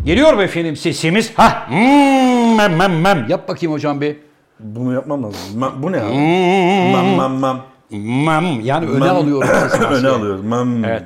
Geliyor mu efendim sesimiz? Ha. Yap bakayım hocam bir. Bunu yapmam lazım. Bu ne abi? Mam. Yani öne alıyorum sesini. Öne alıyoruz. Evet.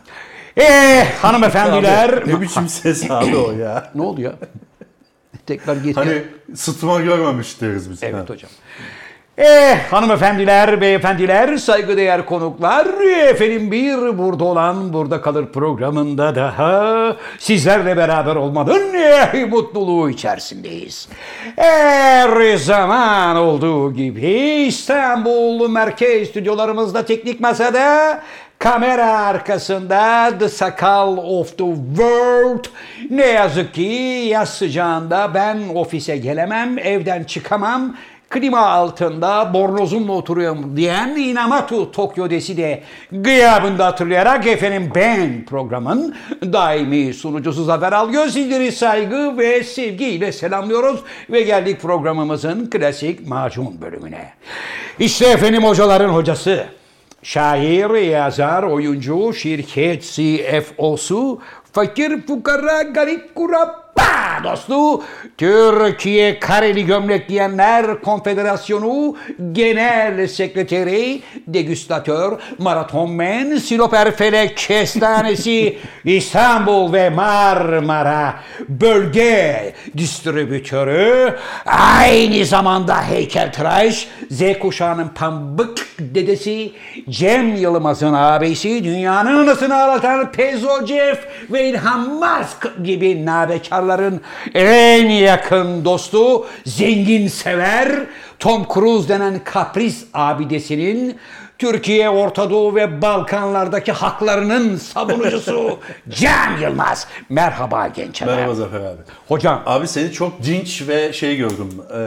Hanımefendiler. Abi, ne biçim ses abi o ya? Ne oldu ya? Tekrar geri. Hani sıtma görmemiş deriz biz. Evet hocam. Hanımefendiler, beyefendiler, saygıdeğer konuklar, efendim bir Burada Olan Burada Kalır programında daha sizlerle beraber olmanın mutluluğu içerisindeyiz. Her zaman olduğu gibi İstanbul Merkez Stüdyolarımızda teknik masada, kamera arkasında The Sakal of the World. Ne yazık ki yaz sıcağında ben ofise gelemem, evden çıkamam. Klima altında bornozumla oturuyorum diyen Inamatu Tokyo Desi de gıyabında hatırlayarak efendim ben programın daimi sunucusu Zafer Algöz sizleri saygı ve sevgiyle selamlıyoruz ve geldik programımızın klasik macun bölümüne. İşte efendim hocaların hocası, şair, yazar, oyuncu, şirket CFO'su, fakir fukara garip kurabba dostu, Türkiye Kareli Gömlek Giyenler Konfederasyonu Genel Sekreteri, degüstatör, maratonmen, siloperfelek kestanesi, İstanbul ve Marmara Bölge Distribütörü, aynı zamanda heykeltıraş, Z kuşağının pambık dedesi, Cem Yılmaz'ın abisi, dünyanın anasını ağlatan Pezo Jeff ve İlhan Musk gibi nabekarların en yakın dostu, zengin sever, Tom Cruise denen kapris abidesinin Türkiye, Orta Doğu ve Balkanlardaki haklarının savunucusu Cem Yılmaz. Merhaba genç adam. Merhaba Zafer abi. Hocam. Abi seni çok dinç ve gördüm.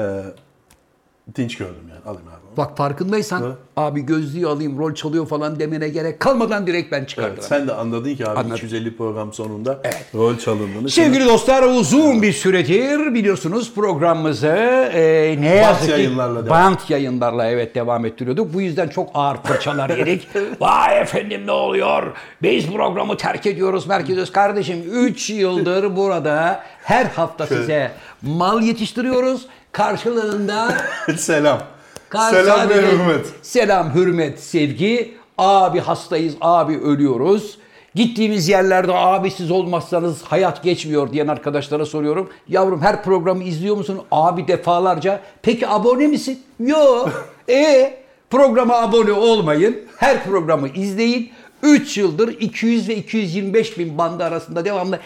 Dinç gördüm yani. Alayım abi. Bak farkındaysan abi gözlüğü alayım rol çalıyor falan demene gerek kalmadan direkt ben çıkardım. Evet, sen de anladın ki abi anladım. 250 program sonunda rol çalındığını. Sevgili dostlar, uzun bir süredir biliyorsunuz programımızı ne yazık ki bant yayınlarla devam ettiriyorduk. Bu yüzden çok ağır fırçalar yedik. Vay efendim ne oluyor? Biz programı terk ediyoruz, merkez kardeşim. 3 yıldır burada her hafta size mal yetiştiriyoruz. Karşılığında selam ve hürmet. Selam, hürmet, sevgi. Abi hastayız, abi ölüyoruz. Gittiğimiz yerlerde abi siz olmazsanız hayat geçmiyor diyen arkadaşlara soruyorum. Yavrum her programı izliyor musun? Abi defalarca. Peki abone misin? Yok. Programa abone olmayın. Her programı izleyin. 3 yıldır 200 ve 225 bin bandı arasında devamlı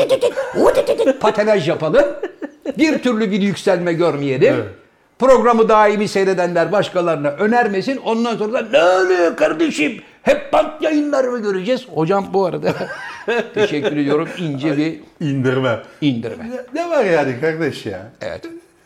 patenaj yapalım. Bir türlü bir yükselme görmeyelim. Evet. Programı daimi seyredenler başkalarına önermesin. Ondan sonra da ne oluyor kardeşim? Hep bant yayınları mı göreceğiz? Hocam bu arada teşekkür ediyorum. İnce bir indirme. Ne var yani kardeş ya? Evet.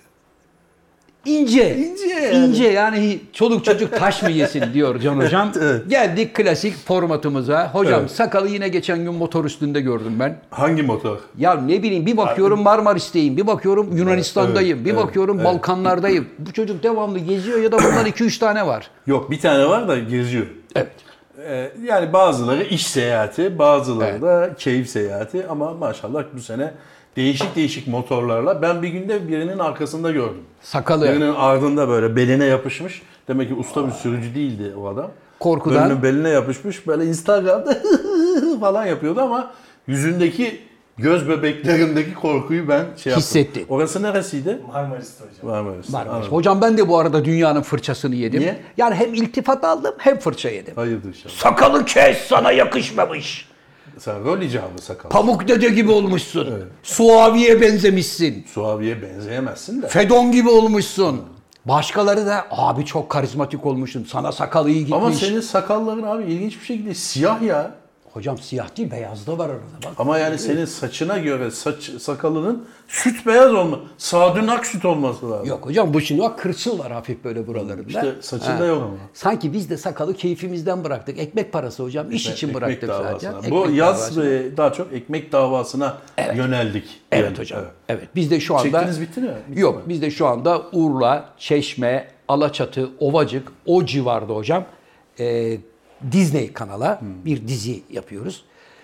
İnce yani çoluk çocuk taş mı yesin diyor Can Hocam. Evet. Geldik klasik formatımıza. Hocam sakalı yine geçen gün motor üstünde gördüm ben. Hangi motor? Ya ne bileyim bir bakıyorum Marmaris'teyim, bir bakıyorum Yunanistan'dayım, bir bakıyorum Balkanlardayım. Bu çocuk devamlı geziyor ya da bundan 2-3 tane var. Yok bir tane var da geziyor. Evet. Yani bazıları iş seyahati, bazıları da keyif seyahati ama maşallah bu sene değişik motorlarla ben bir günde birinin arkasında gördüm. Sakalı. Birinin ardında böyle beline yapışmış. Demek ki usta bir sürücü değildi o adam. Korkudan. Birinin beline yapışmış böyle Instagram'da falan yapıyordu ama yüzündeki göz bebeklerindeki korkuyu ben hissettim. Orası neresiydi? Marmaris'te hocam. Marmaris. Hocam ben de bu arada dünyanın fırçasını yedim. Niye? Yani hem iltifat aldım hem fırça yedim. Hayırdır inşallah. Sakalı kes, sana yakışmamış. Sen rol icabı sakal. Pamuk dede gibi olmuşsun. Evet. Suavi'ye benzemişsin. Suavi'ye benzeyemezsin de. Fedon gibi olmuşsun. Başkaları da abi çok karizmatik olmuşsun. Sana sakal iyi gitmiş. Ama senin sakalların abi ilginç bir şekilde siyah ya. Hocam siyah değil, beyaz da var arada bak. Ama yani senin saçına göre sakalının süt beyaz olma, Sadun Aksüt olması lazım. Yok hocam bu şimdi bak kırçıl var hafif böyle buralarında. İşte saçında yok ama. Sanki biz de sakalı keyfimizden bıraktık. Ekmek parası hocam. İş için bıraktık zaten. Bu yaz daha çok ekmek davasına yöneldik. Evet yani, hocam. Evet. Biz de şu anda... Çektiniz bitti mi? Yok. Biz de şu anda Urla, Çeşme, Alaçatı, Ovacık o civarda hocam Disney kanala bir dizi yapıyoruz.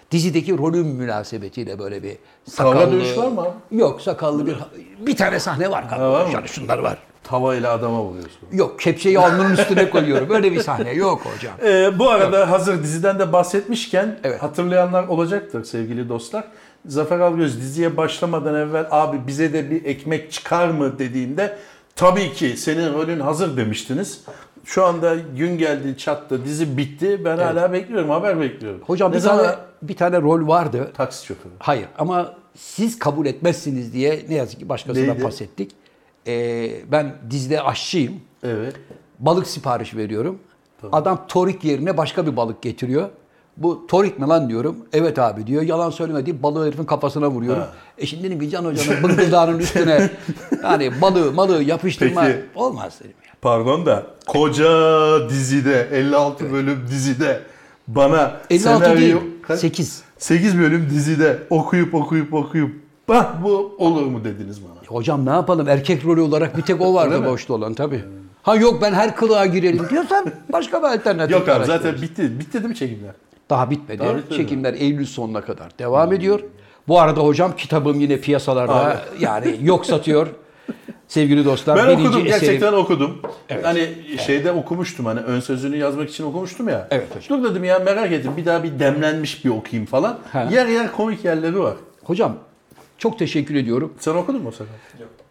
Dizideki rolüm münasebetiyle böyle bir Kavga sakallı... dövüş var mı abi? Yok, sakallı bir tane sahne var. var mı? Yani şunlar var. Tava ile adama vuruyorsun. Yok, kepçeyi alnının üstüne koyuyorum. Öyle bir sahne yok hocam. Bu arada hazır diziden de bahsetmişken Evet. hatırlayanlar olacaktır sevgili dostlar. Zafer Algöz diziye başlamadan evvel abi bize de bir ekmek çıkar mı dediğimde tabii ki senin rolün hazır demiştiniz. Şu anda gün geldi çattı, dizi bitti. Ben hala bekliyorum, haber bekliyorum. Hocam bir tane rol vardı. Taksi şoförü. Hayır ama siz kabul etmezsiniz diye ne yazık ki başkasına Neydi? pas ettik. Ben dizide aşçıyım. Evet. Balık siparişi veriyorum. Adam torik yerine başka bir balık getiriyor. Bu torik mi lan diyorum. Evet abi diyor. Yalan söyleme deyip balığı herifin kafasına vuruyorum. Ha. Şimdi dedim ki Can Hoca'nın bıngıldağının üstüne yani balığı yapıştırma Peki. olmaz dedim ya. Pardon da koca dizide 56 bölüm dizide bana 56 senaryo değil, kaç? 8. 8 bölüm dizide okuyup bak bu olur mu dediniz bana. Hocam ne yapalım? Erkek rolü olarak bir tek o vardı Öyle mi? boşta olan tabii. Ha yok ben her kılığa girelim diyorsan başka bir alternatif Yok abi araştırırız. zaten bitti. Bitti değil mi çekimler? Daha bitmedi. Daha bitmedi Çekimler Eylül sonuna kadar devam ediyor. Bu arada hocam kitabım yine piyasalarda yani yok satıyor. Sevgili dostlar. Ben birinci okudum, eserim- gerçekten okudum. Evet. Hani şeyde okumuştum hani ön sözünü yazmak için okumuştum ya. Evet hocam. Dur dedim ya merak ettim bir daha bir demlenmiş bir okuyayım falan. Ha. Yer yer komik yerleri var. Hocam çok teşekkür ediyorum. Sen okudun mu o sefer?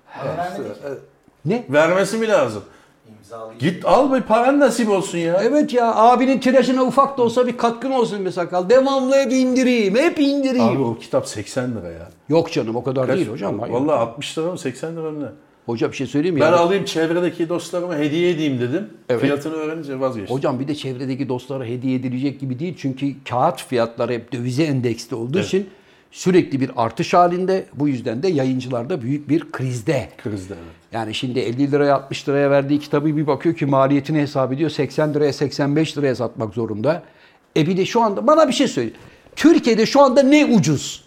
Ne? Vermesi mi lazım? Git al bir paran nasip olsun ya. Evet ya abinin tirajına ufak da olsa bir katkın olsun be sakal. Devamlı hep indireyim, hep indireyim. Abi o kitap 80 lira ya. Yok canım o kadar değil hocam. Hayır. Vallahi 60 lira mı 80 lira mı ne? Hocam bir şey söyleyeyim mi? Ben ya? alayım çevredeki dostlarıma hediye edeyim dedim. Evet. Fiyatını öğrenince vazgeçtim. Hocam bir de çevredeki dostlara hediye edilecek gibi değil. Çünkü kağıt fiyatları hep dövize endeksli olduğu için sürekli bir artış halinde. Bu yüzden de yayıncılar da büyük bir krizde. Krizde evet. Yani şimdi 50 liraya 60 liraya verdiği kitabı bir bakıyor ki maliyetini hesap ediyor. 80 liraya 85 liraya satmak zorunda. Bir de şu anda bana bir şey söyle. Türkiye'de şu anda ne ucuz?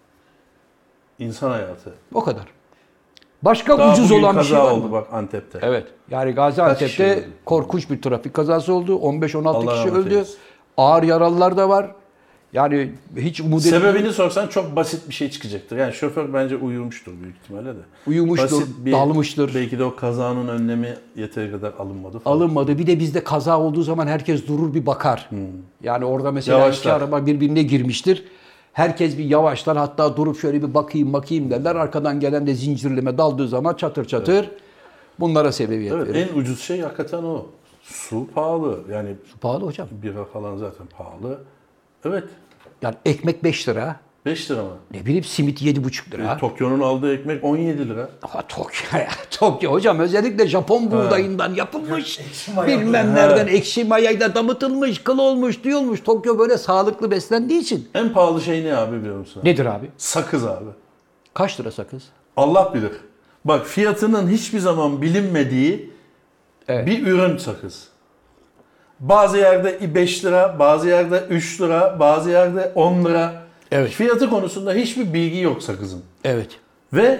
İnsan hayatı. O kadar. Başka Daha ucuz bugün olan bir kaza şey var oldu mı? bak Antep'te. Evet. Yani kişi Gaziantep'te öldü? korkunç bir trafik kazası oldu. 15-16 Allah kişi rahmet öldü. eylesin. Ağır yaralılar da var. Yani hiç umut Sebebini sorsan çok basit bir şey çıkacaktır. Yani şoför bence uyumuştur büyük ihtimalle de. Uyumuştur, dalmıştır. Belki de o kazanın önlemi yeteri kadar alınmadı falan. alınmadı. Bir de bizde kaza olduğu zaman herkes durur bir bakar. Yani orada mesela iki Yavaşlar. araba birbirine girmiştir. Herkes bir yavaşlar hatta durup şöyle bir bakayım derler. Arkadan gelen de zincirleme daldığı zaman çatır çatır bunlara sebebiyet Evet, verir. en ucuz şey hakikaten o. Su pahalı. Yani Pahalı hocam. bira falan zaten pahalı. Evet. Yani ekmek 5 lira. 5 lira mı? Ne bileyim simit 7,5 lira. Tokyo'nun aldığı ekmek 17 lira. Ama Tokyo ya. Tokyo hocam özellikle Japon buğdayından yapılmış. mayalı. Bilmem nereden ekşi mayayla damıtılmış, kıl olmuş, duyulmuş. Tokyo böyle sağlıklı beslendiği için. En pahalı şey ne abi biliyor musun? Nedir abi? Sakız abi. Kaç lira sakız? Allah bilir. Bak fiyatının hiçbir zaman bilinmediği Evet. bir ürün sakız. Bazı yerde 5 lira, bazı yerde 3 lira, bazı yerde 10 lira. Evet. Fiyatı konusunda hiçbir bilgi yok sakızın. Evet. Ve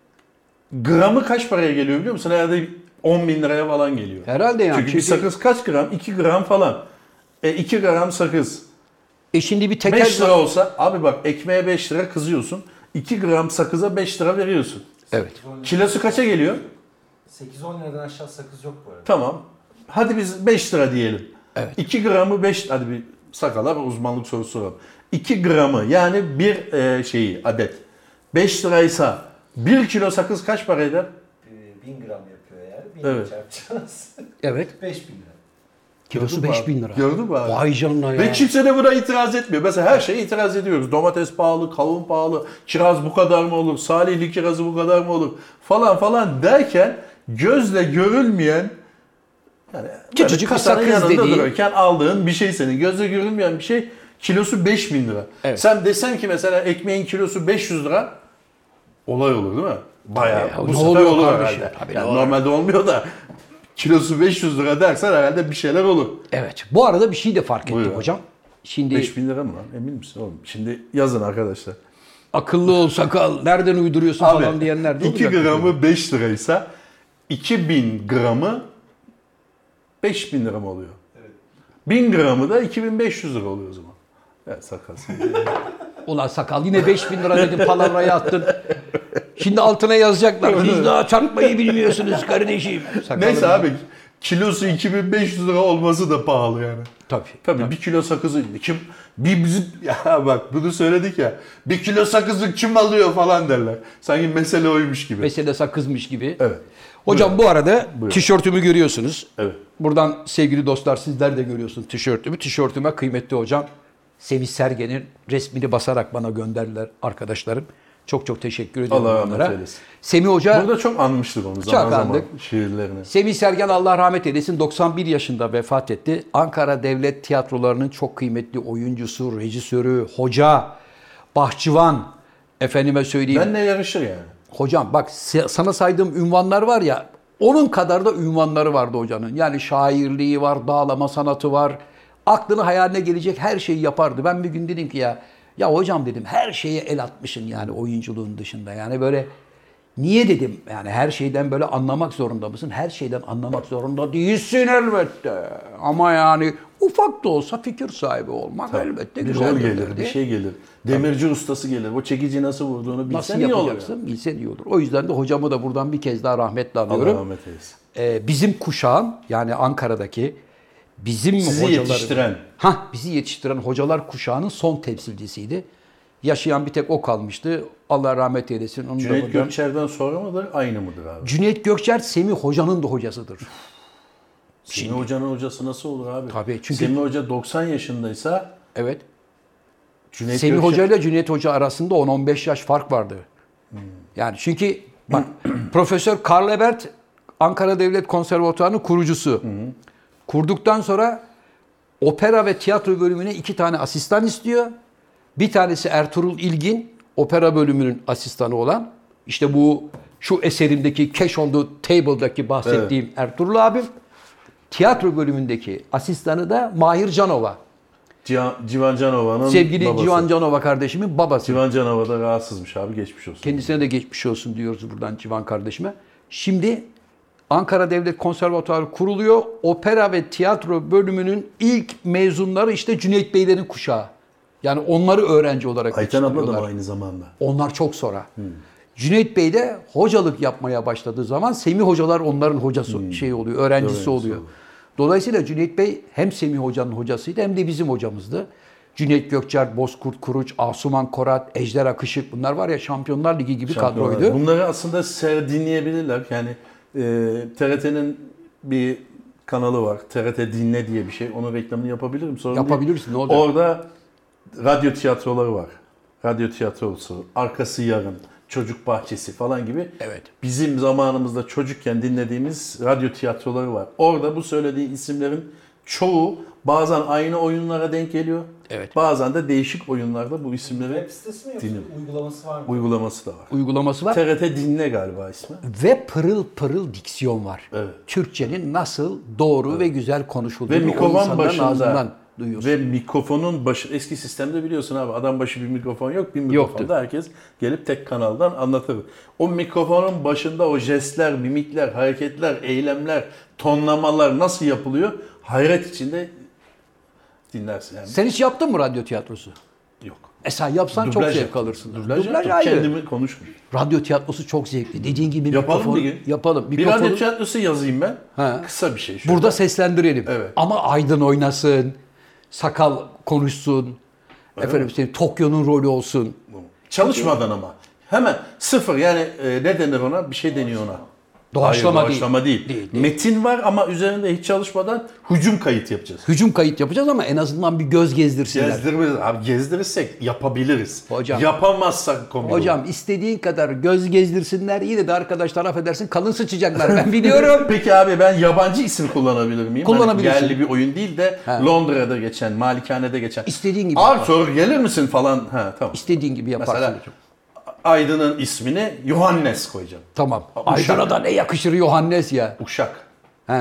gramı kaç paraya geliyor biliyor musun? Herhalde 10 bin liraya falan geliyor. Herhalde yani. Çünkü bir sakız kaç gram? 2 gram falan. 2 gram sakız. Şimdi bir teker... 5 lira olsa, abi bak ekmeğe 5 lira kızıyorsun. 2 gram sakıza 5 lira veriyorsun. Evet. Kilosu kaça geliyor? 8-10 liradan aşağı sakız yok bu arada. Tamam. Hadi biz 5 lira diyelim. Evet. 2 gramı 5, hadi bir sakala bir uzmanlık sorusu soralım. 2 gramı yani bir şeyi adet 5 liraysa 1 kilo sakız kaç para eder? 1000 gram yapıyor yani. 1000 Evet. çarpacağız. Evet. 5000 lira. Kilosu Gördün mü 5.000 lira. abi? Gördün mü abi? Vay canına ya. Ve kimse de buna itiraz etmiyor. Mesela her şeye itiraz ediyoruz. Domates pahalı, kavun pahalı, kiraz bu kadar mı olur, Salihli kirazı bu kadar mı olur falan falan derken gözle görülmeyen yani Küçücük bir kasanın sakız yanında dediği. dururken aldığın bir şey senin. Gözle görülmeyen bir şey kilosu 5.000 lira. Evet. Sen desen ki mesela ekmeğin kilosu 500 lira olay olur değil mi? Bayağı. Ya, Bu ne sefer oluyor olur kardeşim? herhalde. Tabii, Yani ne olur. normalde olmuyor da kilosu 500 lira dersen herhalde bir şeyler olur. Evet. Bu arada bir şey de fark ettim Buyur abi. hocam. Şimdi 5.000 lira mı lan? Emin misin oğlum? Şimdi yazın arkadaşlar. akıllı ol sakal, nereden uyduruyorsun falan diyenler de 2 olacak. gramı 5 liraysa 2000 gramı 5000 lira mı oluyor? Evet. 1000 gramı da 2500 lira oluyor o zaman. Evet, sakal. Ulan sakal yine 5.000 lira dedim palavraya attın. Şimdi altına yazacaklar. Siz daha çarpmayı bilmiyorsunuz kardeşim. Neyse abi kilosu 2500 lira olması da pahalı yani. Tabii. 1 kilo sakızı kim bizim ya bak bunu söyledik ya. 1 kilo sakızı kim alıyor falan derler. Sanki mesele oymuş gibi. Mesele sakızmış gibi. Evet. Hocam bu arada tişörtümü görüyorsunuz. Evet. Buradan sevgili dostlar sizler de görüyorsunuz tişörtümü. Tişörtüme kıymetli hocam Semih Sergen'in resmini basarak bana gönderdiler arkadaşlarım. Çok çok teşekkür ediyorum Allah rahmet onlara. eylesin. Semih Hoca... Burada çok anmıştık onu zaman zaman şiirlerini. Semih Sergen Allah rahmet eylesin 91 yaşında vefat etti. Ankara Devlet Tiyatroları'nın çok kıymetli oyuncusu, rejisörü, hoca, bahçıvan, efendime söyleyeyim. Benle yarışır yani. Hocam bak sana saydığım ünvanlar var ya, onun kadar da ünvanları vardı hocanın. Yani şairliği var, dağlama sanatı var. Aklına hayaline gelecek her şeyi yapardı. Ben bir gün dedim ki ya hocam dedim her şeye el atmışsın yani oyunculuğun dışında. Yani böyle niye dedim yani her şeyden böyle anlamak zorunda mısın? Her şeyden anlamak zorunda değilsin elbette. Ama yani ufak da olsa fikir sahibi olmak elbette bir güzel rol gelir, bir şey gelir. Demirci ustası gelir. O çekici nasıl vurduğunu bilsen iyi olur. Yapacaksın, bilsen iyi olur. O yüzden de hocamı da buradan bir kez daha rahmetle anıyorum. Allah rahmet eylesin. Bizim kuşağın yani Ankara'daki bizim sizi hocaların, yetiştiren. bizi yetiştiren hocalar kuşağının son temsilcisiydi. Yaşayan bir tek o kalmıştı. Allah rahmet eylesin. Onu Cüneyt Gökçer'den sonra mıdır, aynı mıdır abi? Cüneyt Gökçer Semih Hoca'nın da hocasıdır. Semih Hoca'nın hocası nasıl olur abi? Tabii çünkü Semih Hoca 90 yaşındaysa evet. Cüneyt Semih Gökçer... Hoca ile Cüneyt Hoca arasında 10-15 yaş fark vardı. Yani çünkü bak Profesör Karl Ebert Ankara Devlet Konservatuvarı'nın kurucusu. Kurduktan sonra opera ve tiyatro bölümüne 2 tane asistan istiyor. Bir tanesi Ertuğrul İlgin, opera bölümünün asistanı olan. İşte şu eserimdeki Cash on the Table'daki bahsettiğim Ertuğrul abim. Tiyatro bölümündeki asistanı da Mahir Canova. Civan Canova'nın sevgili babası. Civan Canova kardeşimin babası. Civan Canova da rahatsızmış abi, geçmiş olsun. Kendisine de geçmiş olsun diyoruz buradan Civan kardeşime. Şimdi Ankara Devlet Konservatuarı kuruluyor. Opera ve tiyatro bölümünün ilk mezunları işte Cüneyt Beylerin kuşağı. Yani onları öğrenci olarak Ayten abla da yetiştiriyorlar. mı aynı zamanda? Onlar çok sonra. Cüneyt Bey de hocalık yapmaya başladığı zaman Semih Hocalar onların hocası oluyor, öğrencisi oluyor. Dolayısıyla Cüneyt Bey hem Semih Hoca'nın hocasıydı hem de bizim hocamızdı. Cüneyt Gökçer, Bozkurt Kuruç, Asuman Korat, Ejder Akışık bunlar var ya Şampiyonlar Ligi gibi kadroydu. Bunları aslında dinleyebilirler. Yani TRT'nin bir kanalı var. TRT Dinle diye bir şey. Onun reklamını yapabilirim. Sorun Yapabilirsin, değil. ne olacak? Orada radyo tiyatroları var. Radyo tiyatrosu, Arkası Yarın, Çocuk Bahçesi falan gibi. Evet. Bizim zamanımızda çocukken dinlediğimiz radyo tiyatroları var. Orada bu söylediği isimlerin çoğu bazen aynı oyunlara denk geliyor. Evet. Bazen de değişik oyunlarda bu isimleri Web sitesi mi yoksa uygulaması var mı? uygulaması da var. Uygulaması var. TRT Dinle galiba ismi. Ve pırıl pırıl diksiyon var. Evet. Türkçenin nasıl doğru ve güzel konuşulduğunu Ve mikrofon ağzından başında duyuyorsun. ve mikrofonun başı, eski sistemde biliyorsun abi, adam başı bir mikrofon yok, bir mikrofonda Yoktu. herkes gelip tek kanaldan anlatır. O mikrofonun başında o jestler, mimikler, hareketler, eylemler, tonlamalar nasıl yapılıyor? Hayret içinde dinlersin yani. Sen hiç yaptın mı radyo tiyatrosu? Yok. Sen yapsan çok zevk alırsın. Dublaj yaptım. ayrı. Kendimi konuşmuyorum. Radyo tiyatrosu çok zevkli. Dediğin gibi Yapalım bir gün. Yapalım. Bir radyo tiyatrosu yazayım ben. He. Kısa bir şey. Şöyle. Burada seslendirelim. Evet. Ama Aydın oynasın. Sakal konuşsun. Efendim senin Tokyo'nun rolü olsun. Çalışmadan ama. Hemen sıfır yani ne denir ona? Bir şey deniyor ona. Doğaçlama, Hayır, doğaçlama değil. Değil. Metin var ama üzerinde hiç çalışmadan hücum kayıt yapacağız. Hücum kayıt yapacağız ama en azından bir göz gezdirsinler. Gezdiririz abi, gezdirirsek yapabiliriz. Hocam. Yapamazsak komik olur. Hocam istediğin kadar göz gezdirsinler yine de arkadaşlar affedersin kalın sıçacaklar ben biliyorum. Peki abi ben yabancı isim kullanabilir miyim? Kullanabilirsin. Hani yerli bir oyun değil de Londra'da geçen, Malikanede geçen. İstediğin gibi. Arthur gelir misin falan. Ha tamam. İstediğin gibi yaparsın. Mesela Aydın'ın ismini Yohannes koyacağım. Tamam. Uşak. Aydın'a da ne yakışır Yohannes ya. Uşak. He.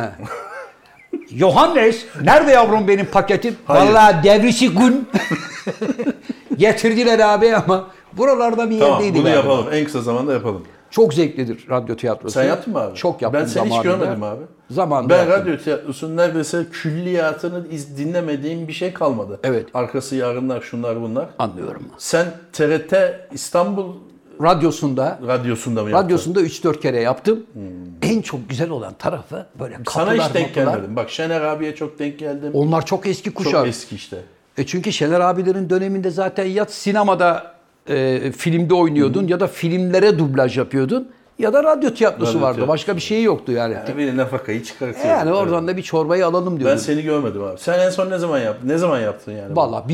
Yohannes, nerede yavrum benim paketim? Hayır. Vallahi devrisi gün. Getirdiler abi ama buralarda bir Tamam yerdeydi. bunu galiba. yapalım. En kısa zamanda yapalım. Çok zevklidir radyo tiyatrosu. Sen yaptın mı abi? Çok yaptım Ben seni hiç zamanında. görmedim abi. Zamanında Ben yaptım. radyo tiyatrosunun neredeyse külliyatını dinlemediğim bir şey kalmadı. Evet. Arkası yarınlar, şunlar bunlar. Anlıyorum. Sen TRT İstanbul Radyosunda radyosunda mı yaptın? Radyosunda 3-4 kere yaptım. En çok güzel olan tarafı böyle Sana kapılar, hiç denk mapılar. gelmedim. Bak Şener abiye çok denk geldim. Onlar çok eski kuşak. Çok eski işte. Çünkü Şener abilerin döneminde zaten ya sinemada filmde oynuyordun ya da filmlere dublaj yapıyordun ya da radyo tiyatrosu Radyo vardı. tiyatrosu. Başka bir şey yoktu yani. Bir nafakayı çıkartıyor. Yani oradan da bir çorbayı alalım Ben diyordum. seni görmedim abi. Sen en son ne zaman yaptın? Ne zaman yaptın yani? Valla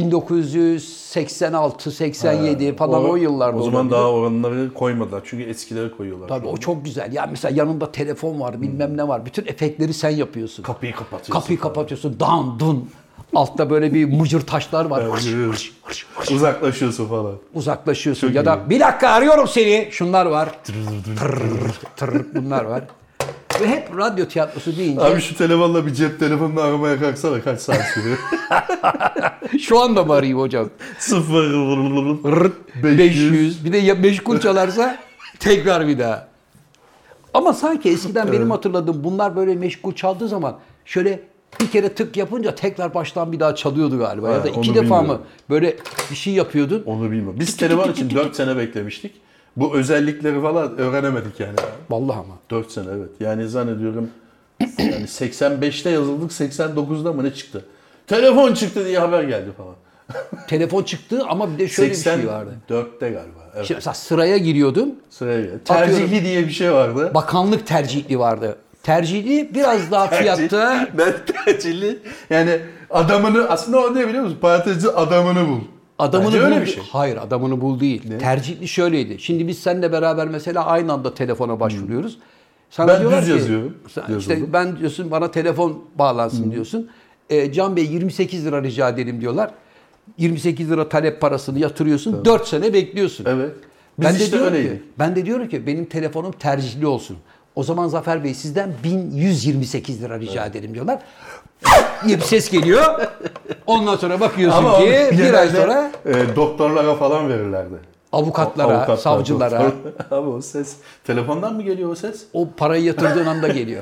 1986, 87 falan o yıllarda O zaman olabilir. daha oranları koymadılar. Çünkü eskileri koyuyorlar. Tabii şu o anda. çok güzel. Ya mesela yanında telefon var, bilmem ne var. Bütün efektleri sen yapıyorsun. Kapıyı kapatıyorsun. Kapıyı kapatıyorsun. Dan dun. Altta böyle bir mıcır taşlar var. Uzaklaşıyorsun falan. Uzaklaşıyorsun. Çok Ya da iyi. bir dakika arıyorum seni. Şunlar var. Tırr, bunlar var. Ve hep radyo tiyatrosu deyince Abi şu telefonla bir cep telefonunu aramaya kalksana kaç saat sürüyor? şu anda mı arayayım hocam? 0 500. Bir de ya meşgul çalarsa tekrar bir daha. Ama sanki eskiden benim hatırladığım bunlar böyle meşgul çaldığı zaman şöyle bir kere tık yapınca tekrar baştan bir daha çalıyordu galiba. Ya da onu iki defa mı bilmiyorum. böyle bir şey yapıyordun. Onu bilmiyorum. Biz telefon için 4 sene beklemiştik. Bu özellikleri falan öğrenemedik yani. Vallahi ama. 4 sene evet. Yani zannediyorum yani 85'te yazıldık 89'da mı ne çıktı? Telefon çıktı diye haber geldi falan. Telefon çıktı ama bir de şöyle bir şey vardı. 84'te galiba. Evet. Şimdi mesela sıraya giriyordun. Sıraya geldi. Tercihli diye bir şey vardı. Bakanlık tercihli vardı. Tercihli biraz daha fiyatta. Ben tercihli. Yani adamını aslında o ne biliyor musun? Parantezi adamını bul. Adamını Bence bul. öyle bir şey. Hayır, adamını bul değil. Tercihli şöyleydi. Şimdi biz seninle beraber mesela aynı anda telefona başvuruyoruz. Sana Ben diyorlar düz ki, yazıyorum. işte Yazıldım. ben diyorsun bana telefon bağlansın diyorsun. Can Bey 28 lira rica edelim diyorlar. 28 lira talep parasını yatırıyorsun. 4 sene bekliyorsun. Evet. Biz Ben de işte diyorum öyleydik. ki, ben de diyorum ki benim telefonum tercihli olsun. O zaman Zafer Bey sizden 1128 lira rica edelim diyorlar. diye bir ses geliyor. Ondan sonra bakıyorsun Ama ki onu bir ay genelde, sonra doktorlara falan verirlerdi. avukatlara, Avukatlar, savcılara doktor. Abi o ses. Telefondan mı geliyor o ses? o parayı yatırdığın anda geliyor.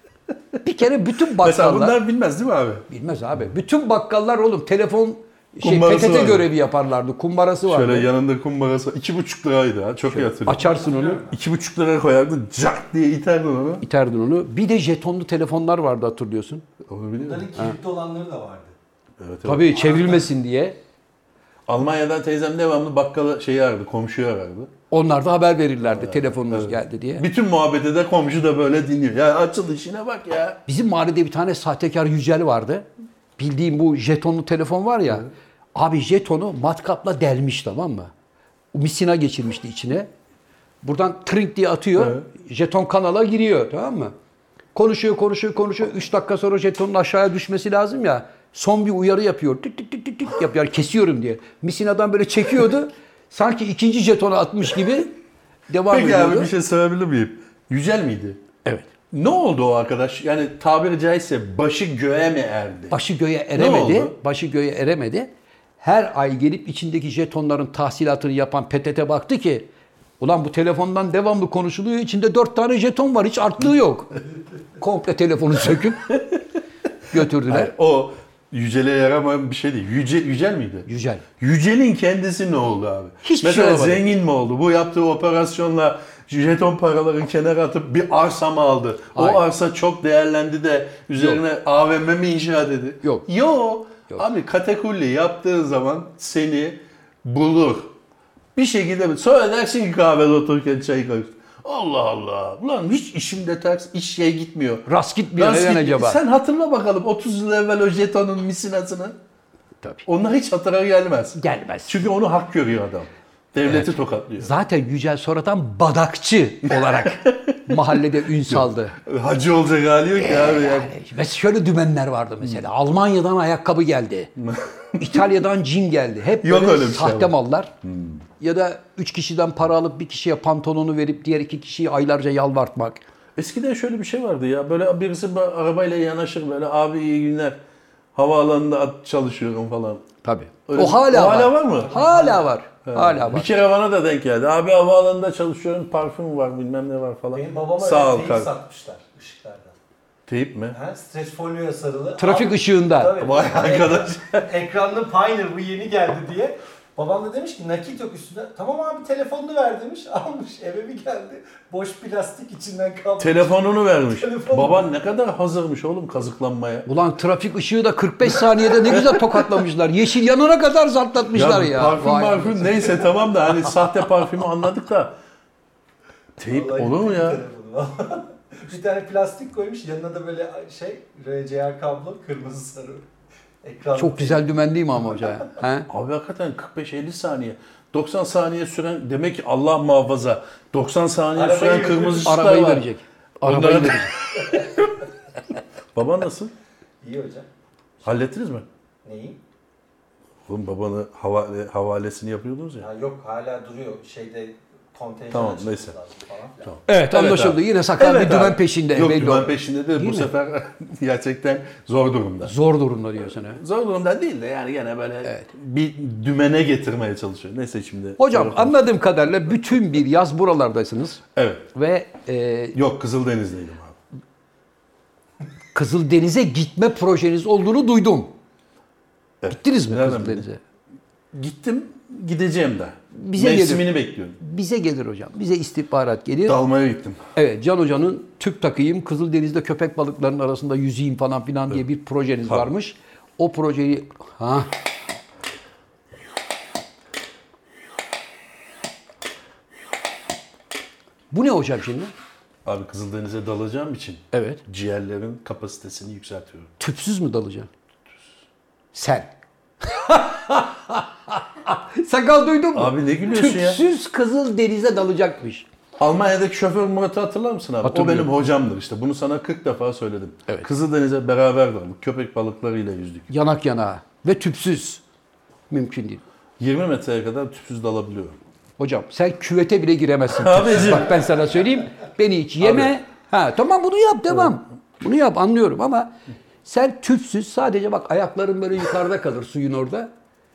Bir kere bütün Mesela bakkallar bunlar bilmez değil mi abi? bilmez abi. Bütün bakkallar oğlum telefon Kumbarası PTT vardı. görevi yaparlardı. Kumbarası vardı. Şöyle yanında kumbarası 2,5 liraydı ha. Çok iyi hatırlıyorum. Açarsın onu, 2,5 liraya koyardın, cak diye iterdin onu. iterdin onu. Bir de jetonlu telefonlar vardı hatırlıyorsun. Onu biliyor musun? Bunların kilitli olanları da vardı. Evet, evet. Tabii çevrilmesin diye. Almanya'dan teyzem devamlı bakkala şeyi arardı, komşuyu arardı. Onlar da haber verirlerdi telefonunuz geldi diye. Bütün muhabbeti de komşu da böyle dinliyor. Ya açıl işine bak ya. Bizim mahallede bir tane sahtekar Yücel vardı. Bildiğim bu jetonlu telefon var ya. Abi jetonu matkapla delmiş, tamam mı? Misina geçirmişti içine. Buradan trink diye atıyor. Jeton kanala giriyor, tamam mı? Konuşuyor. 3 dakika sonra jetonun aşağıya düşmesi lazım ya. Son bir uyarı yapıyor. Tık tık tık tık tık yapıyor. Yani kesiyorum diye. Misinadan böyle çekiyordu. Sanki ikinci jetonu atmış gibi devam Peki ediyordu. abi bir şey sorabilir miyim? Yücel miydi? Evet. Ne oldu o arkadaş? Yani tabiri caizse başı göğe mi erdi? Başı göğe eremedi. oldu? Başı göğe eremedi. Her ay gelip içindeki jetonların tahsilatını yapan PTT baktı ki ulan bu telefondan devamlı konuşuluyor. İçinde 4 tane jeton var. Hiç artlığı yok. Komple telefonu söküp götürdüler. Hayır, o Yücel'e yaramayan bir şey değil. Yücel miydi? Yücel. Yücel'in kendisi ne oldu abi? Hiçbir şey Mesela olmadı. zengin mi oldu? Bu yaptığı operasyonla jeton paraları kenara atıp bir arsa mı aldı? Hayır. O arsa çok değerlendi de üzerine AVM mi inşa dedi? Yok. Yok. Abi katakulli yaptığın zaman seni bulur. Bir şekilde sonra dersin ki kahvede otururken çay koy. Allah Allah. Ulan hiç işimde ters, iş gitmiyor. Rast gitmiyor. Rast Neden gitmiyor. acaba? Sen hatırla bakalım 30 yıl evvel o jetonun misinasını. Tabii. Onlar hiç hatıra gelmez. Gelmez. Çünkü onu hak görüyor adam. Devleti tokatlıyor. Zaten Yücel sonradan badakçı olarak mahallede ün saldı. Hacı olacak hali yok ki abi. Yani. Ve şöyle dümenler vardı mesela. Almanya'dan ayakkabı geldi. İtalya'dan cin geldi. Hep Yok böyle öyle bir şey sahte ama. mallar. Ya da 3 kişiden para alıp bir kişiye pantolonu verip diğer 2 kişiyi aylarca yalvartmak. Eskiden şöyle bir şey vardı ya. Böyle birisi arabayla yanaşır böyle abi iyi günler. Havaalanında çalışıyorum falan. Tabii. Öyle- O hala var mı? Hala var. Hala Bir var. kere bana da denk geldi. Abi havaalanında çalışıyorum, parfüm var, bilmem ne var falan. Benim babama Sağ ol öyle teyip kardeşim. satmışlar ışıklardan. Teyip mi? Ha, streç folyoya sarılı. Trafik Al- ışığında. Tabii. Vay arkadaş. Ekranlı Pioneer bu yeni geldi diye. Babam da demiş ki nakit yok üstünde. Tamam abi telefonunu ver demiş. Almış eve bir geldi. Boş plastik içinden kalmış. Telefonunu vermiş. Telefonu. Baban ne kadar hazırmış oğlum kazıklanmaya. Ulan trafik ışığı da 45 saniyede ne güzel tokatlamışlar. Yeşil yanana kadar zartlatmışlar ya. Parfüm Vay parfüm neyse tamam da hani sahte parfümü anladık da. Teyip Vallahi olur mu gitti ya? telefonu. Bir tane plastik koymuş yanına da böyle şey RCA kablo kırmızı sarı. Ekran. Çok güzel dümen değil mi ama hoca ya? He? Abi hakikaten 45-50 saniye. 90 saniye süren demek ki Allah muhafaza 90 saniye Arabayı süren verecek. kırmızı ışıklar Arabayı var. verecek. Arabayı Onlara- verecek. Baba nasıl? İyi hocam. Hallettiniz mi? Neyi? Oğlum babanı havalesini yapıyordunuz ya. Ya yok hala duruyor şeyde kontenjan Tamam, açılması neyse. lazım falan filan. Tamam. Evet anlaşıldı. abi. Yine sakal Evet bir dümen abi. peşinde. Yok belli dümen oldu. peşinde de Değil bu mi? sefer gerçekten zor durumda. Zor durumda diyorsun ha. Zor durumda değil de yani gene böyle bir dümene getirmeye çalışıyor. Neyse şimdi. Hocam Sonra- anladığım kadarıyla bütün bir yaz buralardasınız Evet. ve Yok Kızıldeniz'deydim abi. Kızıldeniz'e gitme projeniz olduğunu duydum. Evet. Gittiniz mi Nereden Kızıldeniz'e? Gittim, gideceğim de. Bize Mevsimini bekliyorum. Bize gelir hocam. Bize istihbarat gelir. Dalmaya gittim. Evet Can Hoca'nın tüp takayım, Kızıldeniz'de köpek balıklarının arasında yüzeyim falan filan diye bir projeniz Tabii. varmış. O projeyi... Bu ne hocam şimdi? Abi Kızıldeniz'e dalacağım için Evet. ciğerlerin kapasitesini yükseltiyorum. Tüpsüz mü dalacaksın? Sen. Sakal duydun mu? Abi ne gülüyorsun ya? Tüpsüz Kızıldeniz'e dalacakmış. Almanya'daki şoför Murat'ı hatırlar mısın abi? O Hatırlıyorum. benim hocamdır işte. Bunu sana 40 defa söyledim. Evet. Kızıldeniz'e beraber daldık. Köpek balıklarıyla yüzdük. Yanak yanağa ve tüpsüz. Mümkün değil. 20 metreye kadar tüpsüz dalabiliyorum. Hocam sen küvete bile giremezsin. Abicim. Bak ben sana söyleyeyim. Beni hiç yeme. Ha tamam bunu yap devam. Bunu yap anlıyorum ama sen tüpsüz sadece bak ayakların böyle yukarıda kalır suyun orada.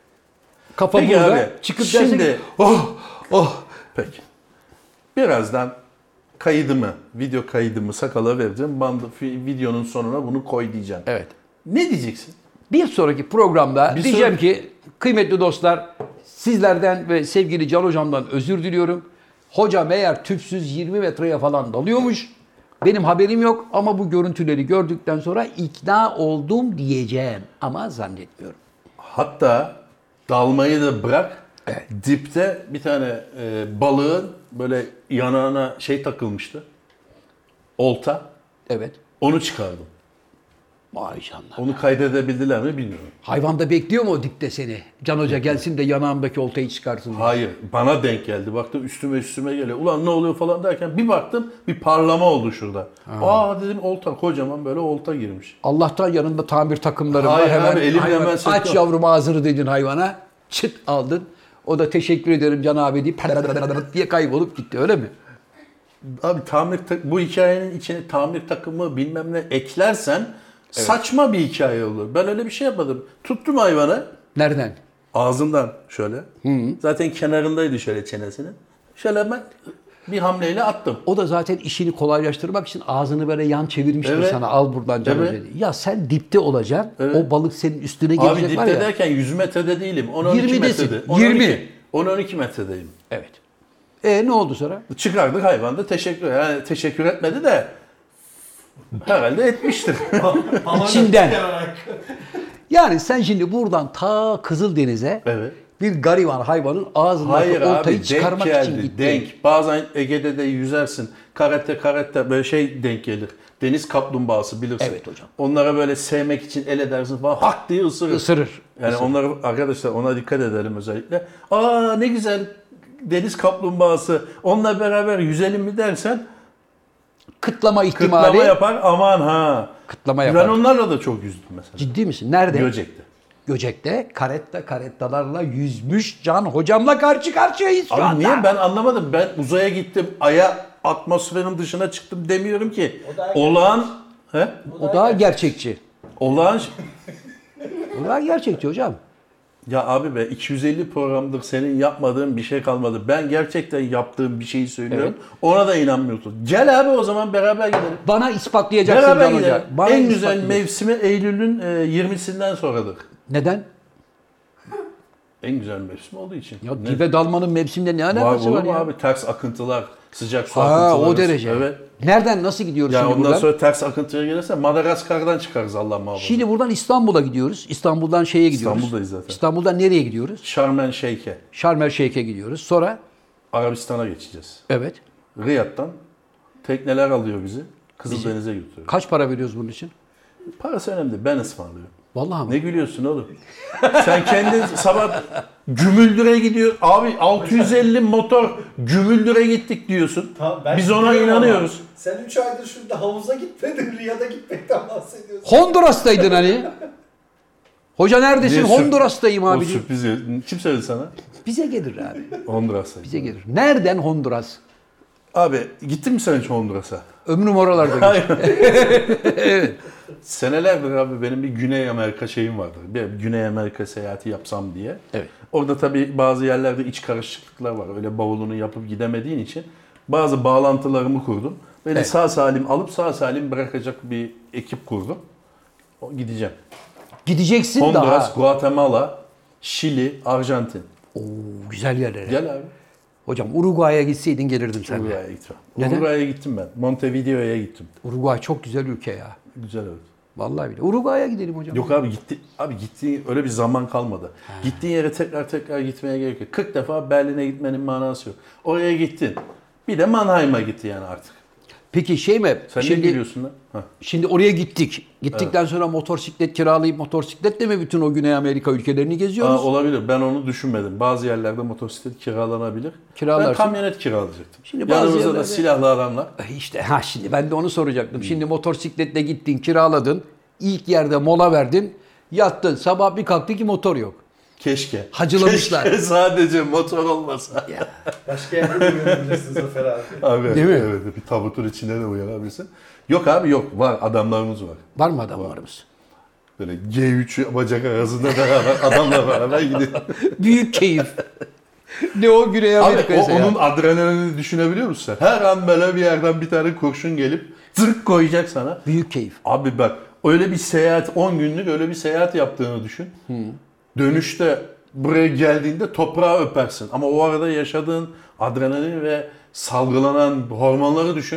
Kafa Peki burada. abi, Çıkıp şimdi- dersin ki oh. Peki. Birazdan kaydımı, video kaydımı sakala vereceğim. Videonun sonuna bunu koy diyeceğim. Evet. Ne diyeceksin? Bir sonraki programda Bir diyeceğim sonraki- ki kıymetli dostlar sizlerden ve sevgili Can Hocam'dan özür diliyorum. Hocam eğer tüpsüz 20 metreye falan dalıyormuş. Benim haberim yok ama bu görüntüleri gördükten sonra ikna oldum diyeceğim. Ama zannetmiyorum. Hatta dalmayı da bırak. Dipte bir tane balığın böyle yanağına şey takılmıştı. Olta. Evet. Onu çıkardım. Vay canına. Onu kaydedebildiler mi bilmiyorum. Hayvan da bekliyor mu o dipte seni? Can Hoca gelsin de yanağımdaki oltayı çıkarsın. diye. Hayır. Bana denk geldi. Baktım üstüme geliyor. Ulan ne oluyor falan derken bir baktım bir parlama oldu şurada. Aa dedim olta. Kocaman böyle olta girmiş. Allah'tan yanında tamir takımları var. Hayır Hemen, abi, elimle hayvan, hemen aç söktüm. yavrum ağzını dedin hayvana. Çıt aldın. O da teşekkür ederim Can abi deyip diye kaybolup gitti öyle mi? Abi bu hikayenin içine tamir takımı bilmem ne eklersen saçma bir hikaye olur. Ben öyle bir şey yapmadım. Tuttum hayvanı Nereden? ağzından şöyle. Zaten kenarındaydı şöyle çenesinin. Şöyle ben bir hamleyle attım. O da zaten işini kolaylaştırmak için ağzını böyle yan çevirmiştir Evet. sana. Al buradan Can Evet. Hoca diye. Ya sen dipte olacaksın. Evet. O balık senin üstüne Abi gelecek var dipte ya. derken 100 metrede değilim. 10-12 20'desin. metrede. 20. 10-12 metredeyim. Evet. Ne oldu sonra? Çıkardık hayvan da teşekkür etmedi de herhalde etmiştir. İçinden. Yani sen şimdi buradan ta Kızıldeniz'e Evet. bir gariban hayvanın ağzındaki Hayır oltayı abi çıkarmak denk için geldi. gittin. Denk. Bazen Ege'de de yüzersin. Karette böyle şey denk gelir. Deniz kaplumbağası bilirsin. Evet hocam. Onlara böyle sevmek için el edersin falan hak diye ısırır. Isırır. Yani onları arkadaşlar ona dikkat edelim özellikle. Aa ne güzel deniz kaplumbağası. Onunla beraber yüzelim mi dersen Kıtlama ihtimali. kıtlama yapar aman ha. Kıtlama Ben yapar. onlarla da çok yüzdüm mesela. Ciddi misin? Nerede? Göcek'te. Göcek'te karettalarla yüzmüş Can Hocam'la karşı karşıyayız şu Abi anda. niye ben anlamadım. Ben uzaya gittim. Ay'a atmosferin dışına çıktım demiyorum ki. O da- Olağan he? O daha gerçekçi. Olağan Bunlar gerçekçi hocam. Ya abi be 250 programdır senin yapmadığın bir şey kalmadı. Ben gerçekten yaptığım bir şeyi söylüyorum. Evet. Ona da inanmıyorsun. Gel abi o zaman beraber gidelim. Bana ispatlayacaksın Beraber Can gidelim. Hoca. Bana En güzel ispatlayacaksın. mevsimi Eylül'ün 20'sinden sonradır. Neden? En güzel mevsim olduğu için. Ya Ne? dibe dalmanın mevsimde ne alakası var ya? Abi ters akıntılar, sıcak su Ha, akıntıları. o derece. Evet. Nereden nasıl gidiyoruz Ya şimdi ondan buradan? sonra ters akıntıya gelirse Madagaskar'dan çıkarız Allah muhafaza. Şimdi buradan İstanbul'a gidiyoruz. İstanbul'dan şeye gidiyoruz. İstanbul'dayız zaten. İstanbul'dan nereye gidiyoruz? Şarm El Şeyh'e, Şarm El Şeyh'e gidiyoruz. Sonra Arabistan'a geçeceğiz. evet. Riyad'dan tekneler alıyor bizi. Kızıldeniz'e götürüyor. Kaç para veriyoruz bunun için? Parası önemli değil. Ben ısmarlıyorum. Vallahi Ne mi? gülüyorsun oğlum? Sen kendin sabah Gümüldür'e gidiyor. Abi 650 motor Gümüldür'e gittik diyorsun. Tamam, ben Biz ona gidiyorum ama inanıyoruz. Sen 3 aydır şurada havuza gitmedin, Riyad'a gitmekten bahsediyorsun. Honduras'taydın hani. Hoca neredesin? Niye Honduras'tayım O abiciğim. sürprizi. Kim söyledi sana? Bize gelir abi. Honduras'a. Bize gelir. Nereden Honduras? Abi gittin mi sen hiç Honduras'a? Ömrüm oralarda geçti. Evet. Senelerdir abi benim bir Güney Amerika şeyim vardı. Bir Güney Amerika seyahati yapsam diye. Evet. Orada tabii bazı yerlerde iç karışıklıklar var. Öyle bavulunu yapıp gidemediğin için bazı bağlantılarımı kurdum. Beni Evet. sağ salim alıp sağ salim bırakacak bir ekip kurdum. Gideceğim. Gideceksin Honduras, daha. Guatemala, Şili, Arjantin. Oo, güzel yerlere. Gel abi. Hocam Uruguay'a gitseydin gelirdim seninle. Uruguay'a gittim. Neden? Uruguay'a gittim ben. Montevideo'ya gittim. Uruguay çok güzel ülke ya. Güzel evet. Vallahi bile. Uruguay'a gidelim hocam. Yok abi gittiğin öyle bir zaman kalmadı. Gittiğin yere tekrar gitmeye gerek yok. 40 defa Berlin'e gitmenin manası yok. Oraya gittin. Bir de Mannheim'a gitti yani artık. Peki şey mi? Sen ne geliyorsun lan? Ha. Şimdi oraya gittik. Gittikten sonra motosiklet kiralayıp motosikletle mi bütün o Güney Amerika ülkelerini geziyoruz? Olabilir. Ben onu düşünmedim. Bazı yerlerde motosiklet kiralanabilir. Kiralarsın. Ben kamyonet kiralayacaktım. Şimdi bazı Yanımızda da yerlerde- silahlı adamlar. İşte şimdi ben de onu soracaktım. Şimdi motosikletle gittin, kiraladın. İlk yerde mola verdin. Yattın. Sabah bir kalktı ki motor yok. Keşke. Hacılamışlar. Keşke sadece motor olmasa. Başka yerde de uyanabilirsin Zafer abi. Abi, Değil mi? Evet. Bir tabutun içinde de uyanabilirsin. Yok abi yok. Var. Adamlarımız var. Var mı adamlarımız? Böyle G3 bacak arasında beraber adamla beraber gidiyor. Büyük keyif. Ne o Güney Abi Amerika'ya seyahat. onun adrenalini düşünebiliyor musun sen? Her an böyle bir yerden bir tane kurşun gelip zırk koyacak sana. Büyük keyif. Abi bak öyle bir seyahat 10 günlük öyle bir seyahat yaptığını düşün. Dönüşte buraya geldiğinde toprağı öpersin. Ama o arada yaşadığın adrenalin ve salgılanan hormonları düşün.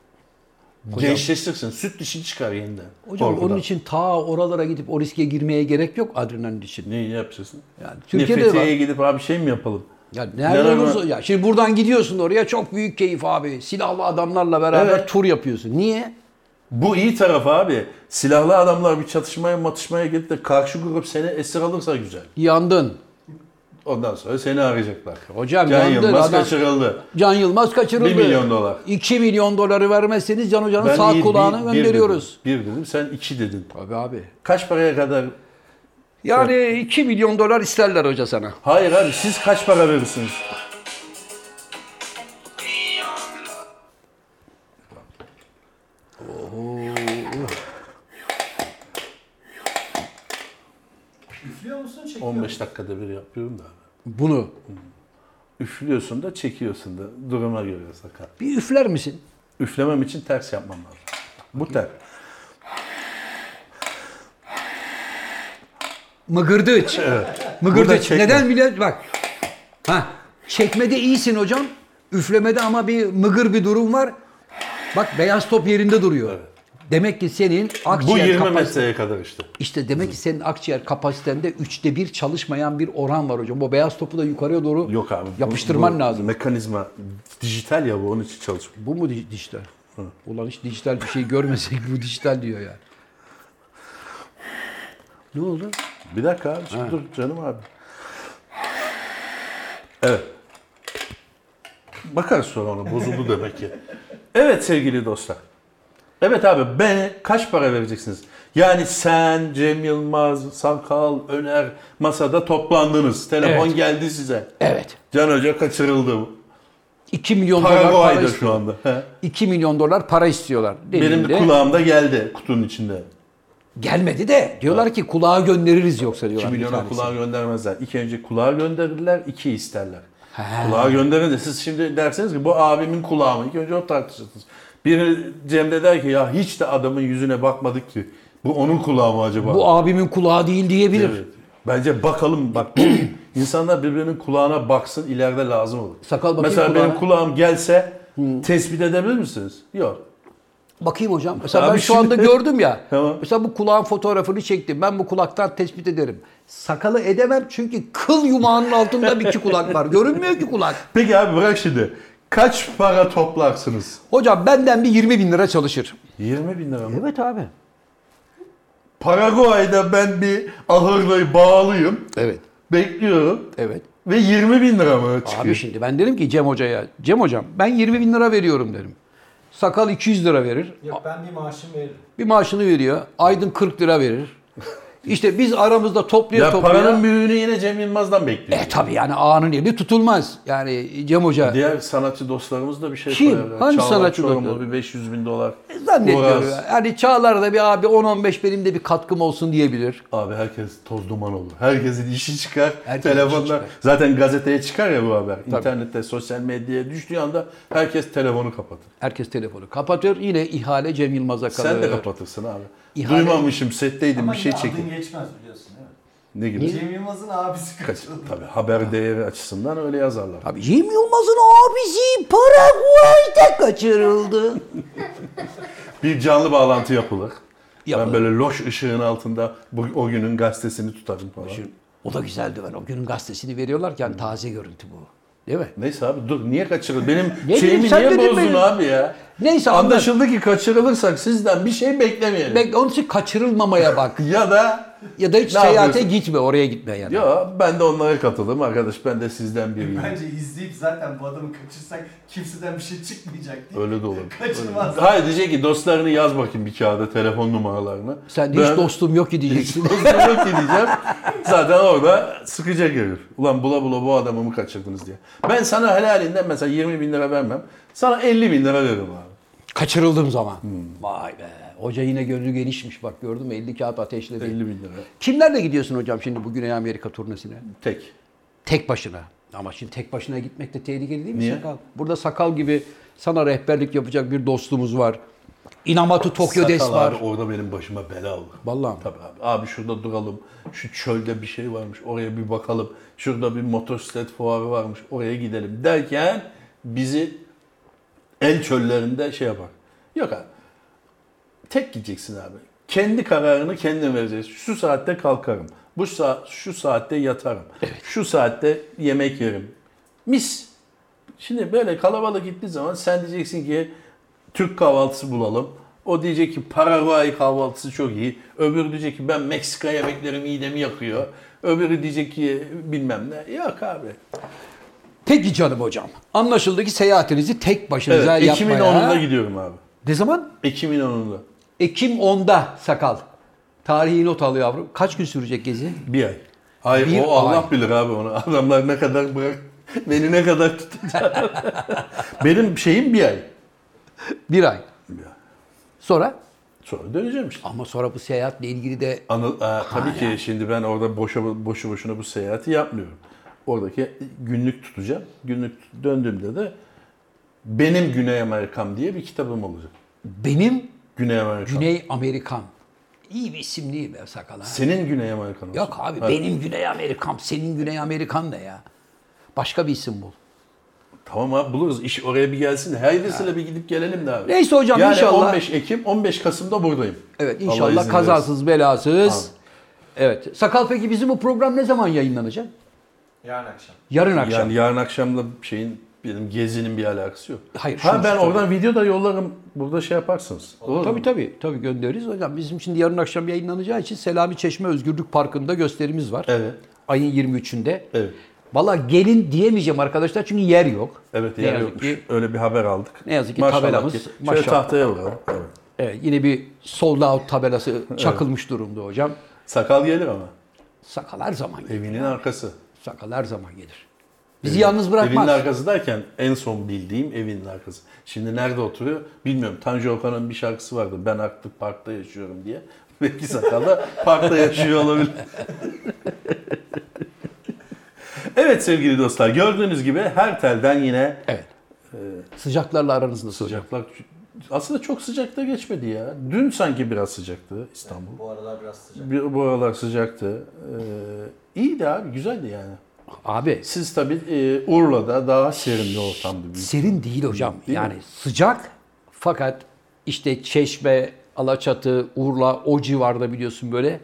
Gençleştirsin. Süt dişi çıkar yeniden. Hocam korkudan. onun için ta oralara gidip o riske girmeye gerek yok adrenalin için. Ne yapacaksın? Yani Türkiye'de Fethiye'ye var. gidip abi şey mi yapalım? Ya nerede Neler olursa var? ya şimdi buradan gidiyorsun oraya çok büyük keyif abi. Silahlı adamlarla beraber Evet. tur yapıyorsun. Niye? Bu iyi tarafı abi. Silahlı adamlar bir çatışmaya gelip de karşı grup seni esir alırsa güzel. Yandın. Ondan sonra seni arayacaklar. Hocam Can yandın. Yılmaz Adam- kaçırıldı. Can Yılmaz kaçırıldı. 1 milyon dolar. 2 milyon doları vermezseniz Can Hoca'nın Ben sağ iyi, kulağını bir gönderiyoruz. dedim. 1 dedim, sen 2 dedin. Tabii abi. Kaç paraya kadar? Yani 2 milyon dolar isterler hoca sana. Hayır abi siz kaç para verirsiniz? Üflüyor musun, çekiyor 15 musun? dakikada bir yapıyorum da abi. Bunu Üflüyorsun da çekiyorsun da duruma göre sakat. bir üfler misin? Üflemem için ters yapmam lazım. Bu ters. Mıgırdıç. Burada Mıgırdıç. çekme. Neden bile bak. Ha, çekmede iyisin hocam. Üflemede ama bir mıgır bir durum var. Bak beyaz top yerinde duruyor. Demek ki senin Bu akciğer 20 kapasiten... metreye kadar işte. İşte demek ki senin akciğer kapasitende 1/3 çalışmayan bir oran var hocam. O beyaz topu da yukarıya doğru Yok abi. yapıştırman bu lazım. Mekanizma dijital ya bu onun için çalışmıyor. Bu mu dijital? Ulan hiç dijital bir şey görmesek bu dijital diyor ya. Ne oldu? Bir dakika abi dur canım abi. Evet. Bakarız sonra ona bozuldu demek ki. Evet sevgili dostlar. Evet abi beni kaç para vereceksiniz? Yani sen, Cem Yılmaz, Sakal, Öner masada toplandınız. Telefon Evet. geldi size. Evet. Can Hoca kaçırıldı. 2 milyon dolar para Paraguay'da istiyor. şu anda. He. 2 milyon dolar para istiyorlar. Benim de kulağımda geldi kutunun içinde. Gelmedi de diyorlar ki kulağa göndeririz yoksa diyorlar. 2 bir milyona tanesi. kulağa göndermezler. İlk önce kulağa gönderirler, 2 isterler. He. Kulağa gönderin siz şimdi derseniz ki bu abimin kulağı mı? İlk önce o tartışırsınız. Biri Cem de der ki ya hiç de adamın yüzüne bakmadık ki. Bu onun kulağı mı acaba? Bu abimin kulağı değil diyebilir. Evet. Bence bakalım bak insanlar birbirinin kulağına baksın ileride lazım olur. Sakal bakayım Mesela kulağına. benim kulağım gelse tespit edebilir misiniz? Yok. Bakayım hocam. Mesela Abi ben şu anda şimdi- gördüm ya. Tamam. Mesela bu kulağın fotoğrafını çektim. Ben bu kulaktan tespit ederim. Sakalı edemem çünkü kıl yumağının altında bir iki kulak var. Görünmüyor ki kulak. Peki abi bırak şimdi. Kaç para toplarsınız? Hocam benden bir 20 bin lira çalışır. 20 bin lira mı? Evet abi. Paraguay'da ben bir ahırda bağlıyım. Evet. Bekliyorum. Evet. Ve 20 bin lira mı çıkıyor? Abi şimdi ben derim ki Cem Hoca'ya. Cem Hocam ben 20 bin lira veriyorum derim. Sakal 200 lira verir. Yok ben bir maaşım veririm. Bir maaşını veriyor. Aydın 40 lira verir. İşte biz aramızda topluyor. Ya paranın büyüğünü yine Cem Yılmaz'dan bekliyor. Tabii yani ağanın eli tutulmaz. Yani Cem Hoca Diğer sanatçı dostlarımız da bir şey Kim? koyarlar. Hangi Çağlar sanatçı Çorumlu dostları? bir 500 bin dolar. zannetmiyorum. Uğraz. Yani Çağlar'da bir abi 10-15 benim de bir katkım olsun diyebilir. Abi herkes toz duman olur. Herkesin işi çıkar. Herkesin Telefonlar. işi çıkar. Zaten gazeteye çıkar ya bu haber. Tabii. İnternette, sosyal medyaya düştüğü anda herkes telefonu kapatır. Herkes telefonu kapatır. Yine ihale Cem Yılmaz'a kalır. Sen de kapatırsın abi. İhale- Duymamışım, setteydim Ama bir şey yine çekin. adın geçmez biliyorsun değil mi? Ne gibi? Cem Yılmaz'ın abisi kaçırıldı. Tabii haber değeri açısından öyle yazarlar. Abi Cem Yılmaz'ın abisi Paraguay'da kaçırıldı. Bir canlı bağlantı yapılır. Yapılır. Ben böyle loş ışığın altında o günün gazetesini tutarım falan. O da güzeldi ben. O günün gazetesini veriyorlarken taze görüntü bu. Değil mi? Neyse abi dur niye kaçırıl? Benim Ne şeyimi diyeyim, sen niye dedin bozdun benim. abi ya? Neyse anladım. Anlaşıldı ki kaçırılırsak sizden bir şey beklemeyelim. Onun için kaçırılmamaya bak. Ya da Ya da hiç Ne seyahate yapıyorsun? gitme. Oraya gitme yani. ya ben de onlara katıldım arkadaş ben de sizden biriyim. Bence izleyip zaten bu adamı kaçırsak kimseden bir şey çıkmayacak diye. Öyle de olur. Kaçırmaz. Öyle. Hayır diyecek ki dostlarını yaz bakayım bir kağıda telefon numaralarını. Sen de hiç dostum yok ki diyeceksin. Dostum yok ki diyeceğim. Zaten orada sıkacak herif. Ulan bula bula bu adamı mı kaçırdınız diye. Ben sana helalinden mesela 20 bin lira vermem. Sana 50 bin lira veririm abi. Kaçırıldığım zaman. Vay be. Hoca yine gönlü genişmiş bak gördün mü 50 kağıt ateşledi. 50 bin lira. Kimlerle gidiyorsun hocam şimdi bu Güney Amerika turnesine? Tek. Tek başına. Ama şimdi tek başına gitmek de tehlikeli değil mi Niye? Sakal? Burada Sakal gibi sana rehberlik yapacak bir dostumuz var. Inamatu Tokyo Des Sakal var. abi orada benim başıma bela olur. Vallahi mi? Tabii abi. Abi şurada duralım. Şu çölde bir şey varmış. Oraya bir bakalım. Şurada bir motosiklet fuarı varmış. Oraya gidelim derken bizi el çöllerinde şey yapar. Yok abi. Tek gideceksin abi. Kendi kararını kendin vereceksin. Şu saatte kalkarım. Şu saatte yatarım. Şu saatte yemek yerim. Mis. Şimdi böyle kalabalık gittiği zaman sen diyeceksin ki Türk kahvaltısı bulalım. O diyecek ki Paraguay kahvaltısı çok iyi. Öbürü diyecek ki ben Meksika yemekleri midemi yakıyor. Öbürü diyecek ki bilmem ne. Yok abi. Peki canım hocam. Anlaşıldı ki seyahatinizi tek başınıza Evet, Ekim'in yapmaya. 10'unda gidiyorum abi. Ne zaman? Ekim'in 10'unda. Ekim 10'da Sakal. Tarihi not al yavrum. Kaç gün sürecek gezi? Bir ay. Hayır Bir o Allah ay. bilir abi onu. Adamlar ne kadar bırak. Beni ne kadar tutacak. Benim şeyim bir ay. Bir ay. Bir ay. Sonra? Sonra döneceğim işte. Ama sonra bu seyahatle ilgili de Tabii ki şimdi ben orada boşu boşuna bu seyahati yapmıyorum. Oradaki günlük tutacağım. Günlük döndüğümde de benim Güney Amerikam diye bir kitabım olacak. benim Güney Amerikam. Güney Amerikan. İyi bir isim değil be Sakal ha. Senin Güney Amerikan olsun. Yok abi Ha, benim Güney Amerikam, senin Güney Amerikan ne ya? Başka bir isim bul. Tamam abi buluruz. İş oraya bir gelsin de. Hayırlısıyla bir gidip gelelim de abi. Neyse hocam yani inşallah. 15 Ekim, 15 Kasım'da buradayım. Evet Allah inşallah izin kazasız belasız. Amin. Evet. Sakal peki bizim bu program ne zaman yayınlanacak? Yarın akşam. Yarın akşam. Yani yarın akşamla benim gezinin bir alakası yok. Hayır, Ha şunu ben söyleyeyim. oradan video da yollarım. Burada şey yaparsınız. Olur mu? Tabii göndeririz hocam. Bizim şimdi yarın akşam yayınlanacağı için Selami Çeşme Özgürlük Parkı'nda gösterimiz var. Evet. Ayın 23'ünde. Evet. Valla gelin diyemeyeceğim arkadaşlar çünkü yer yok. Evet Ne yer yazık yokmuş. ki- Öyle bir haber aldık. Ne yazık ki Maşallah tabelamız- ki. Şöyle maşallah. tahtaya vuralım. Evet. Evet, yine bir sold out tabelası çakılmış durumda hocam. Sakal gelir ama. Sakal her zaman gelir. Evinin arkası. Sakal her zaman gelir. Bizi yalnız bırakmaz. Evinin arkası derken en son bildiğim evinin arkası. Şimdi nerede oturuyor bilmiyorum. Tanju Okan'ın bir şarkısı vardı. Ben artık parkta yaşıyorum diye. Belki sakal da parkta yaşıyor olabilir. Evet sevgili dostlar, gördüğünüz gibi her telden yine Evet. Sıcaklarla aranız nasıl hocam? sıcaklar aslında çok sıcak da geçmedi ya. Dün sanki biraz sıcaktı İstanbul. Bu aralar biraz sıcak. Bu aralar sıcaktı. İyiydi abi, güzeldi yani. Abi Siz tabii Urla'da daha serin bir ortamdı. serin değil hocam. Değil yani mi? sıcak fakat işte Çeşme, Alaçatı, Urla o civarda biliyorsun böyle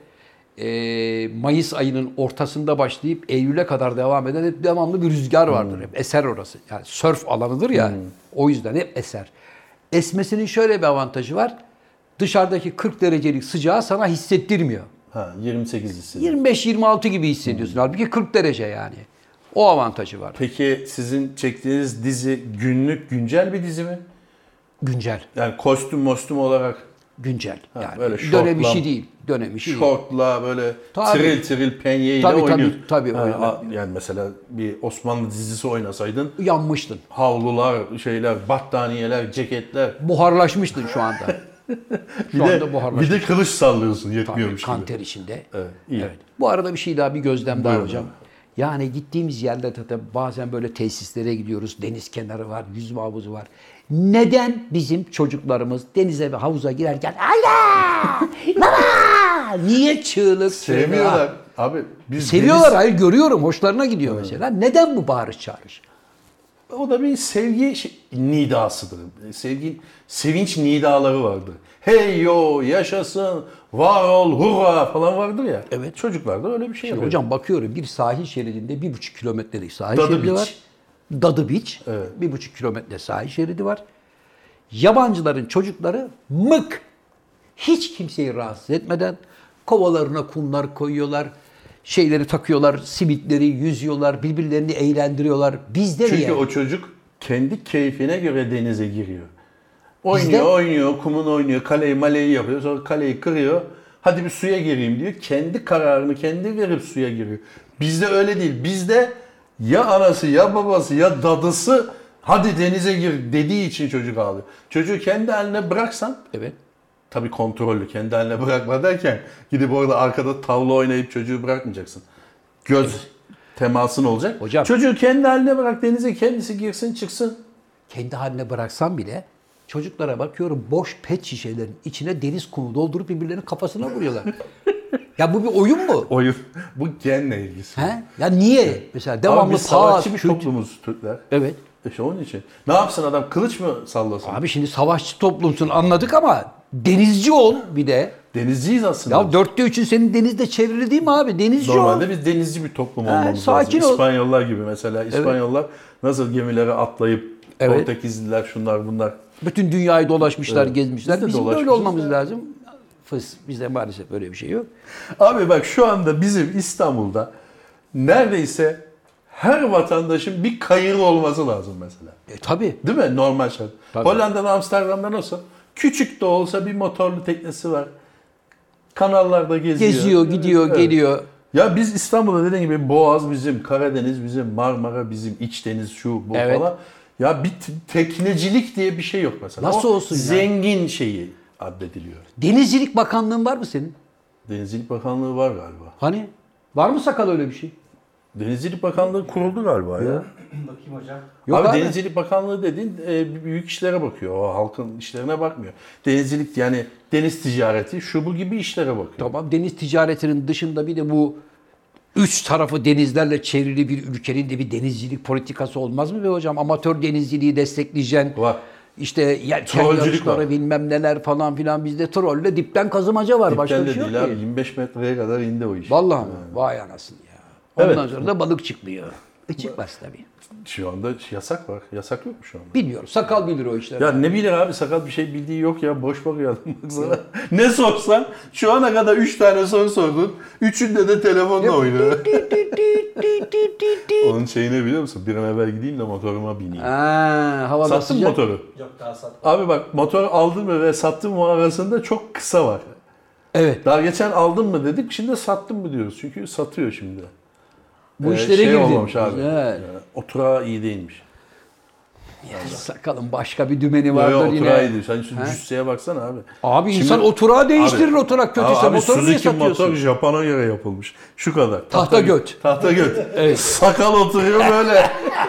Mayıs ayının ortasında başlayıp Eylül'e kadar devam eden hep devamlı bir rüzgar vardır. Hep eser orası. Yani sörf alanıdır ya. O yüzden hep eser. Esmesinin şöyle bir avantajı var. Dışarıdaki 40 derecelik sıcağı sana hissettirmiyor. Ha, 28 hissediyorum. 25-26 gibi hissediyorsun. Halbuki 40 derece yani. O avantajı var. Peki sizin çektiğiniz dizi günlük güncel bir dizi mi? Güncel. Yani kostüm olarak Güncel. Ha, Yani böyle dönem şortla- işi değil. Dönem işi değil. şortla böyle Tabii. tril penyeyle Tabii, oynuyor. tabii, Ha, oynar. yani mesela bir Osmanlı dizisi oynasaydın Yanmıştın. havlular, şeyler, battaniyeler, ceketler. Buharlaşmıştın şu anda. Şu anda buharlaşmıştın. Bir de kılıç sallıyorsun Tabii, yetmiyormuş kan gibi. ter içinde. Evet, iyi. Evet. Bu arada bir şey daha, bir gözlem daha Buyurun hocam. abi. Yani gittiğimiz yerlerde tabii bazen böyle tesislere gidiyoruz. Deniz kenarı var, yüzme havuzu var. Neden bizim çocuklarımız denize ve havuza girerken Allah! Baba! Niye çığlık Sevmiyorlar. Abi biz Seviyorlar, deniz- hayır görüyorum. Hoşlarına gidiyor mesela. Neden bu bağırış çağırış? O da bir sevgi nidasıdır. Sevinç nidaları vardır. Hey yo yaşasın, var ol, hurra falan vardır ya. Evet. Çocuklarda öyle bir şey var. Hocam bakıyorum bir sahil şeridinde 1,5 kilometrelik sahil Dadı şeridi Beach. var. Dadı Beach. Evet. 1,5 kilometre sahil şeridi var. Yabancıların çocukları mık. Hiç kimseyi rahatsız etmeden kovalarına kumlar koyuyorlar. Şeyleri takıyorlar, simitleri yüzüyorlar, birbirlerini eğlendiriyorlar. Bizde Çünkü niye? o çocuk kendi keyfine göre denize giriyor. Oynuyor, Bizde- oynuyor, kumun oynuyor, kaleyi maleyi yapıyor. Sonra kaleyi kırıyor. Hadi bir suya gireyim diyor. Kendi kararını kendi verip suya giriyor. Bizde öyle değil. Bizde ya anası ya babası ya dadısı hadi denize gir dediği için çocuk ağlıyor. Çocuğu kendi haline bıraksan, Evet. tabii kontrollü, kendi haline bırakma derken gidip orada arkada tavla oynayıp çocuğu bırakmayacaksın. Göz temasın olacak. Hocam- Çocuğu kendi haline bırak, denize kendisi girsin çıksın. Kendi haline bıraksam bile çocuklara bakıyorum boş pet şişelerin içine deniz kumu doldurup birbirlerinin kafasına vuruyorlar. Ya bu bir oyun mu? Oyun. Bu genle ilgisi. He? Ya niye? Mesela Ama devamlı biz savaşçı bir küt- toplumuz Türkler. Evet. İşte onun için. Ne yapsın adam, kılıç mı sallasın? Abi şimdi savaşçı toplumsun anladık ama denizci ol bir de. Denizciyiz aslında. Ya 3'ün senin denizde çevrili değil mi abi? Denizci Normalde ol. biz denizci bir toplum Ha, olmamız sakin lazım. ol. İspanyollar gibi mesela. İspanyollar nasıl gemilere atlayıp Evet. Portekizliler şunlar bunlar. Bütün dünyayı dolaşmışlar, Evet. gezmişler. Biz de Bizim de öyle dolaşmışız olmamız ya. lazım. Fıs. Bizde maalesef öyle bir şey yok. Abi bak şu anda bizim İstanbul'da neredeyse her vatandaşın bir kayığı olması lazım mesela. Tabii. Değil mi? Normal şart. Tabii. Hollanda'da, Amsterdam'da nasıl? Küçük de olsa bir motorlu teknesi var. Kanallarda geziyor. Geziyor, gidiyor, Evet. geliyor. Ya biz İstanbul'da dediğin gibi Boğaz bizim, Karadeniz bizim, Marmara bizim, İç Deniz şu bu Evet. falan. Ya bir teknecilik diye bir şey yok mesela. Nasıl O olsun ya? zengin şeyi addediliyor. Denizcilik Bakanlığın var mı senin? Denizcilik Bakanlığı var galiba. Hani? Var mı sakal öyle bir şey? Denizcilik Bakanlığı kuruldu galiba ya. Bakayım hocam. Yok abi, abi. Denizcilik Bakanlığı dediğin büyük işlere bakıyor. O halkın işlerine bakmıyor. Denizcilik yani deniz ticareti şu bu gibi işlere bakıyor. Tamam, deniz ticaretinin dışında bir de bu üç tarafı denizlerle çevrili bir ülkenin de bir denizcilik politikası olmaz mı be hocam? Amatör denizciliği destekleyeceksin. Var. İşte yelken Trollcülük yarışları var. bilmem neler falan filan, bizde trolle dipten kazımaca var. Başka Dipten bir de şey yok değil ki. abi. 25 metreye kadar indi o iş. Vallahi mi? Vay anasını ya. Ondan Evet. sonra da balık çıkmıyor. Çıkmaz tabii. Şu anda yasak var. Yasak yok mu şu anda? Bilmiyorum. Sakal bilir o işleri. Ya ne bilir abi, sakal bir şey bildiği yok ya. Boş bakıyor adam baksana. Ne sorsan şu ana kadar 3 tane soru sordun. Üçünde de telefonla oynuyor. Onun şeyini biliyor musun? Bir an evvel gideyim de motoruma bineyim. Havada Sattın mı sıcak. motoru? Yok daha satmadım. Abi bak, motor aldın mı ve sattın mı arasında çok kısa var. Evet. Daha geçen aldın mı dedik, şimdi sattın mı diyoruz. Çünkü satıyor şimdi. Bu işlere şey girdin. olmamış abi. Güzel. Oturağı iyi değilmiş. Sakalın başka bir dümeni Yo, vardır yo, yine. oturağıydı. Sen şu cüsseye baksana abi. Abi Şimdi- insan oturağı değiştirir, Abi- oturak kötüyse Abi motoru niye Suzuki satıyorsun? motor Japon'a göre yapılmış. Şu kadar. Tahta göt. Tahta göt. Evet. Sakal oturuyor böyle.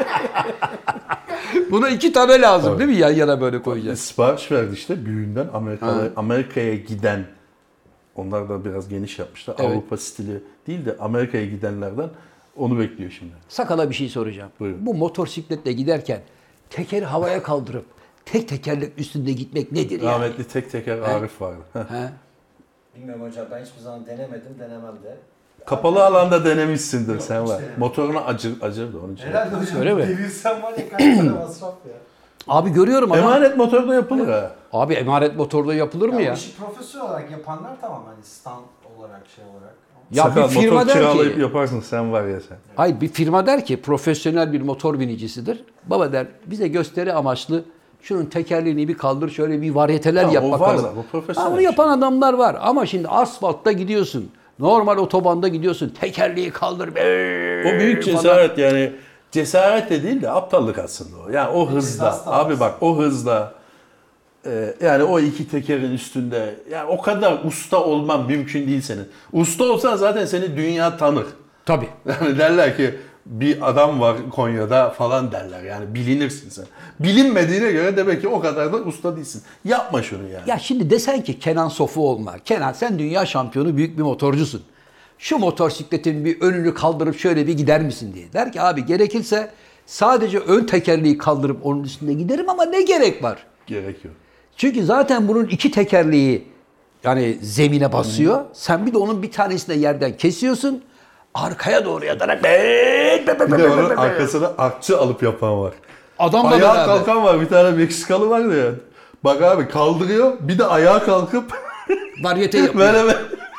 Buna 2 tane lazım değil mi? Yan yana böyle koyacağız. Sipariş verdi işte büyüğünden Amerika'ya giden, onlar da biraz geniş yapmışlar. Evet. Avrupa stili değil de Amerika'ya gidenlerden onu bekliyor şimdi. Sakala bir şey soracağım. Buyurun. Bu motosikletle giderken tekeri havaya kaldırıp tek tekerlek üstünde gitmek nedir yani? Rahmetli tek teker Arif vardı. He? Bilmiyorum hocam, ben hiçbir zaman denemedim, denemem de. Kapalı alanda denemişsindir sen hiç var. denemedim. Motoruna acırdı onun için. Herhalde hocam, Öyle mi? devirsen var ya kaç tane masraf ya. Abi görüyorum ama. Emanet motorda yapılır ha. Abi emanet motorda yapılır mı Ya ya? bu işi profesyonel olarak yapanlar tamam, hani stand olarak şey olarak. Ya Sakal, bir firma motor der kiralayıp ki, yaparsın sen var ya sen. hayır bir firma der ki profesyonel bir motor binicisidir. Baba der bize gösteri amaçlı şunun tekerleğini bir kaldır şöyle bir varyeteler Tamam, yap o var bakalım. zaten, o profesyonel Onu iş. yapan adamlar var ama şimdi asfaltta gidiyorsun. Normal otobanda gidiyorsun. Tekerleği kaldır. O büyük cesaret yani. Cesaret de değil de aptallık aslında o. Yani o hızda. hasta Abi var. bak o hızda yani o iki tekerin üstünde yani o kadar usta olman mümkün değil senin. Usta olsan zaten seni dünya tanır. Tabii. Yani derler ki bir adam var Konya'da falan derler. Yani bilinirsin sen. Bilinmediğine göre demek ki o kadar da usta değilsin. Yapma şunu yani. Ya şimdi desen ki Kenan Sofuoğlu'na, Kenan sen dünya şampiyonu büyük bir motorcusun. Şu motosikletin bir önünü kaldırıp şöyle bir gider misin diye. Der ki abi gerekirse sadece ön tekerleği kaldırıp onun üstünde giderim ama ne gerek var? Gerek yok. Çünkü zaten bunun iki tekerleği yani zemine basıyor. Sen bir de onun bir tanesini de yerden kesiyorsun. Arkaya doğru yatarak Bir de onun arkasına akçı alıp yapan var. adamla Ayağa beraber. kalkan var. Bir tane Meksikalı vardı ya. Bak abi kaldırıyor. Bir de ayağa kalkıp Varyete yapıyor. böyle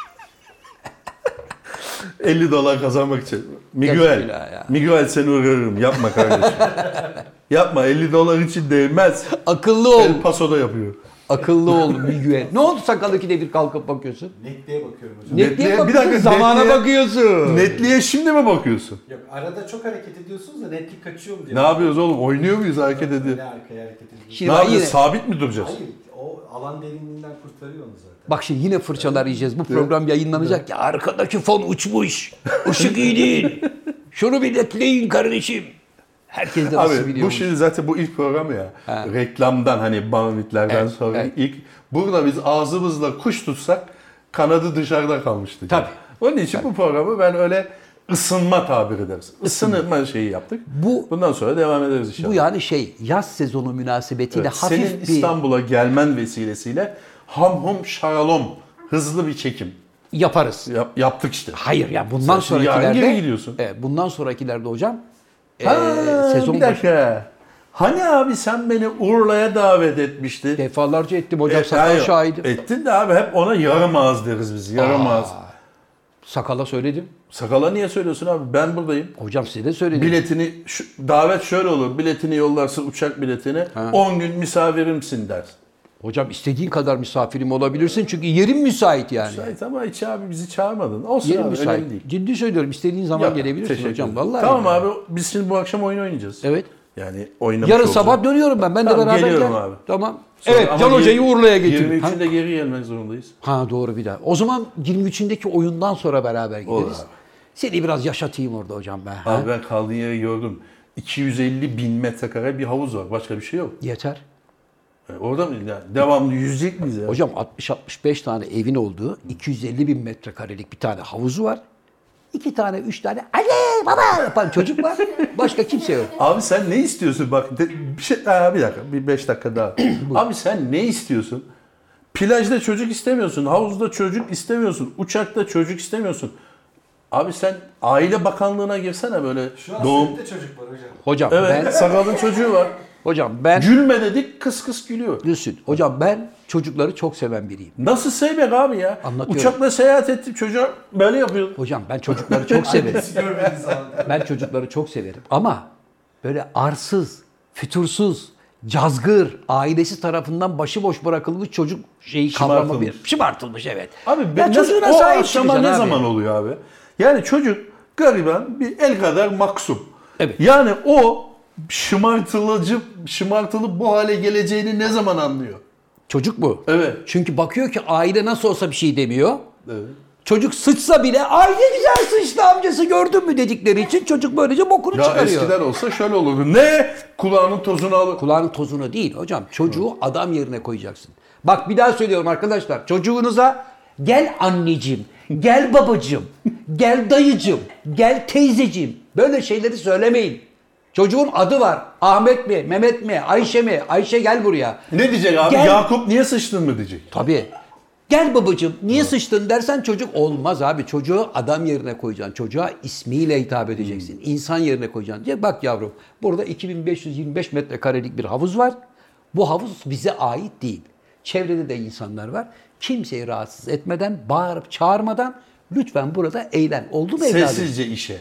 $50 kazanmak için. Miguel. Bismillah ya. Miguel seni uğrarım. Yapma kardeşim. Yapma. $50 için değmez. Akıllı ol. El Paso'da yapıyor. Akıllı ol Miguel. Ne oldu sakalı ikide bir kalkıp bakıyorsun? Netliğe bakıyorum hocam. Netliğe bir bakıyorsun, dakika, zamana netliğe- bakıyorsun. Netliğe şimdi mi bakıyorsun? Yok, arada çok hareket ediyorsunuz da netlik kaçıyor mu diye. Ne yapıyoruz oğlum? Oynuyor muyuz? Hareket ediyor. Ne arkaya hareket ediyorsunuz? Şimdi Ne yapacağız? yine- Sabit mi duracağız? Hayır, o alan derinliğinden kurtarıyor onu zaten. Bak şimdi yine fırçalar yiyeceğiz. Bu program yayınlanacak ya. Arkadaki fon uçmuş. Işık iyi değil. Şunu bir netleyin kardeşim. Herkes de nasıl Abi biliyor. bu şimdi zaten bu ilk program ya. Ha. Reklamdan hani Banvitlerden Evet, sonra evet. ilk. Burada biz ağzımızla kuş tutsak kanadı dışarıda kalmıştı. Tabii. Onun için bu programı ben öyle ısınma tabir ederiz. Isınma şeyi yaptık. Bundan sonra devam ederiz inşallah. Bu yani şey yaz sezonu münasebetiyle Evet, hafif senin bir İstanbul'a gelmen vesilesiyle hamhum şaralom hızlı bir çekim yaparız. yaptık işte. Hayır ya bundan Sen şimdi yarın sonrakilerde geri gidiyorsun. bundan sonrakilerde hocam Bir dakika. Hani abi sen beni Urla'ya davet etmiştin. defalarca ettim hocam sakal hayır, şahidim. Ettin de abi hep ona yarım ağız deriz biz. Yarım ağız. Sakala söyledim. Sakala niye söylüyorsun abi? Ben buradayım. Hocam size de söyledim. Biletini, davet şöyle olur. Biletini yollarsın, uçak biletini. 10 gün misafirimsin der. Hocam istediğin kadar misafirim olabilirsin çünkü yerim müsait yani. Müsait ama hiç abi bizi çağırmadın. Olsun Yerim abi müsait. önemli değil. Ciddi söylüyorum istediğin zaman Yok, gelebilirsin teşekkür hocam. ederim. Vallahi. Tamam billahi. abi biz şimdi bu akşam oyun oynayacağız. Evet. Yani oynamış Yarın olacağız. sabah dönüyorum ben. Ben de Tamam, beraber geliyorum gel. abi. Tamam. Sonra Evet ama Can Hoca'yı Urla'ya getirin. 23'ünde geri gelmek zorundayız. Ha doğru bir daha. O zaman 23'ündeki oyundan sonra beraber Olur gideriz. abi. Seni biraz yaşatayım orada hocam ben. ha? Abi ben kaldığın yeri gördüm. 250.000 metrekare bir havuz var. Başka bir şey yok. Yeter. Orada mı? Yani devamlı yüzecek miyiz ya? Hocam 60-65 tane evin olduğu 250.000 metrekarelik bir tane havuzu var. 2 tane 3 tane anne baba yapan çocuk var. Başka kimse yok. Abi sen ne istiyorsun? Bak bir dakika. Bir 5 dakika daha. Abi sen ne istiyorsun? Plajda çocuk istemiyorsun. Havuzda çocuk istemiyorsun. Uçakta çocuk istemiyorsun. Abi sen Aile Bakanlığı'na girsene böyle Şu an doğum. sette çocuk var hocam. Hocam Evet, sakalın çocuğu var. ben Gülme dedik, kıs kıs gülüyor. Gülsün. Hocam ben çocukları çok seven biriyim. Nasıl sevmek abi ya? Anlatıyorum. Uçakla seyahat ettim, çocuğa böyle yapıyor. Hocam ben çocukları çok severim. Annesi görmediği zaman. Ben çocukları çok severim. Ama böyle arsız, fütursuz, cazgır, ailesi tarafından başıboş bırakılmış çocuk şeyi kavramı Şımartılmış. bir. Şımartılmış evet. Abi Ya ben çocuğuna o sahip aşama çıkacaksın ne abi. zaman oluyor abi? Yani çocuk gariban bir el kadar maksum. Evet. Yani o şımartılıp bu hale geleceğini ne zaman anlıyor? Çocuk bu. Evet. Çünkü bakıyor ki aile nasıl olsa bir şey demiyor. Evet. Çocuk sıçsa bile ay ne güzel sıçtı amcası gördün mü dedikleri için çocuk böylece bokunu Ya çıkarıyor. eskiden olsa şöyle olurdu. Ne? Kulağının tozunu alır. Kulağının tozunu değil hocam. Çocuğu adam yerine koyacaksın. Bak bir daha söylüyorum arkadaşlar. Çocuğunuza gel anneciğim, gel babacığım, gel dayıcığım, gel teyzeciğim. Böyle şeyleri söylemeyin. Çocuğun adı var. Ahmet mi, Mehmet mi, Ayşe mi? Ayşe gel buraya. Ne diyecek abi? Gel. Yakup niye sıçtın mı diyecek? Tabii. Gel babacığım niye sıçtın dersen çocuk olmaz abi. Çocuğu adam yerine koyacaksın. Çocuğa ismiyle hitap edeceksin. İnsan yerine koyacaksın. Diye bak yavrum burada 2525 metrekarelik bir havuz var. Bu havuz bize ait değil. Çevrede de insanlar var. Kimseyi rahatsız etmeden, bağırıp çağırmadan lütfen burada eğlen. Oldu mu evladım? Sessizce işe.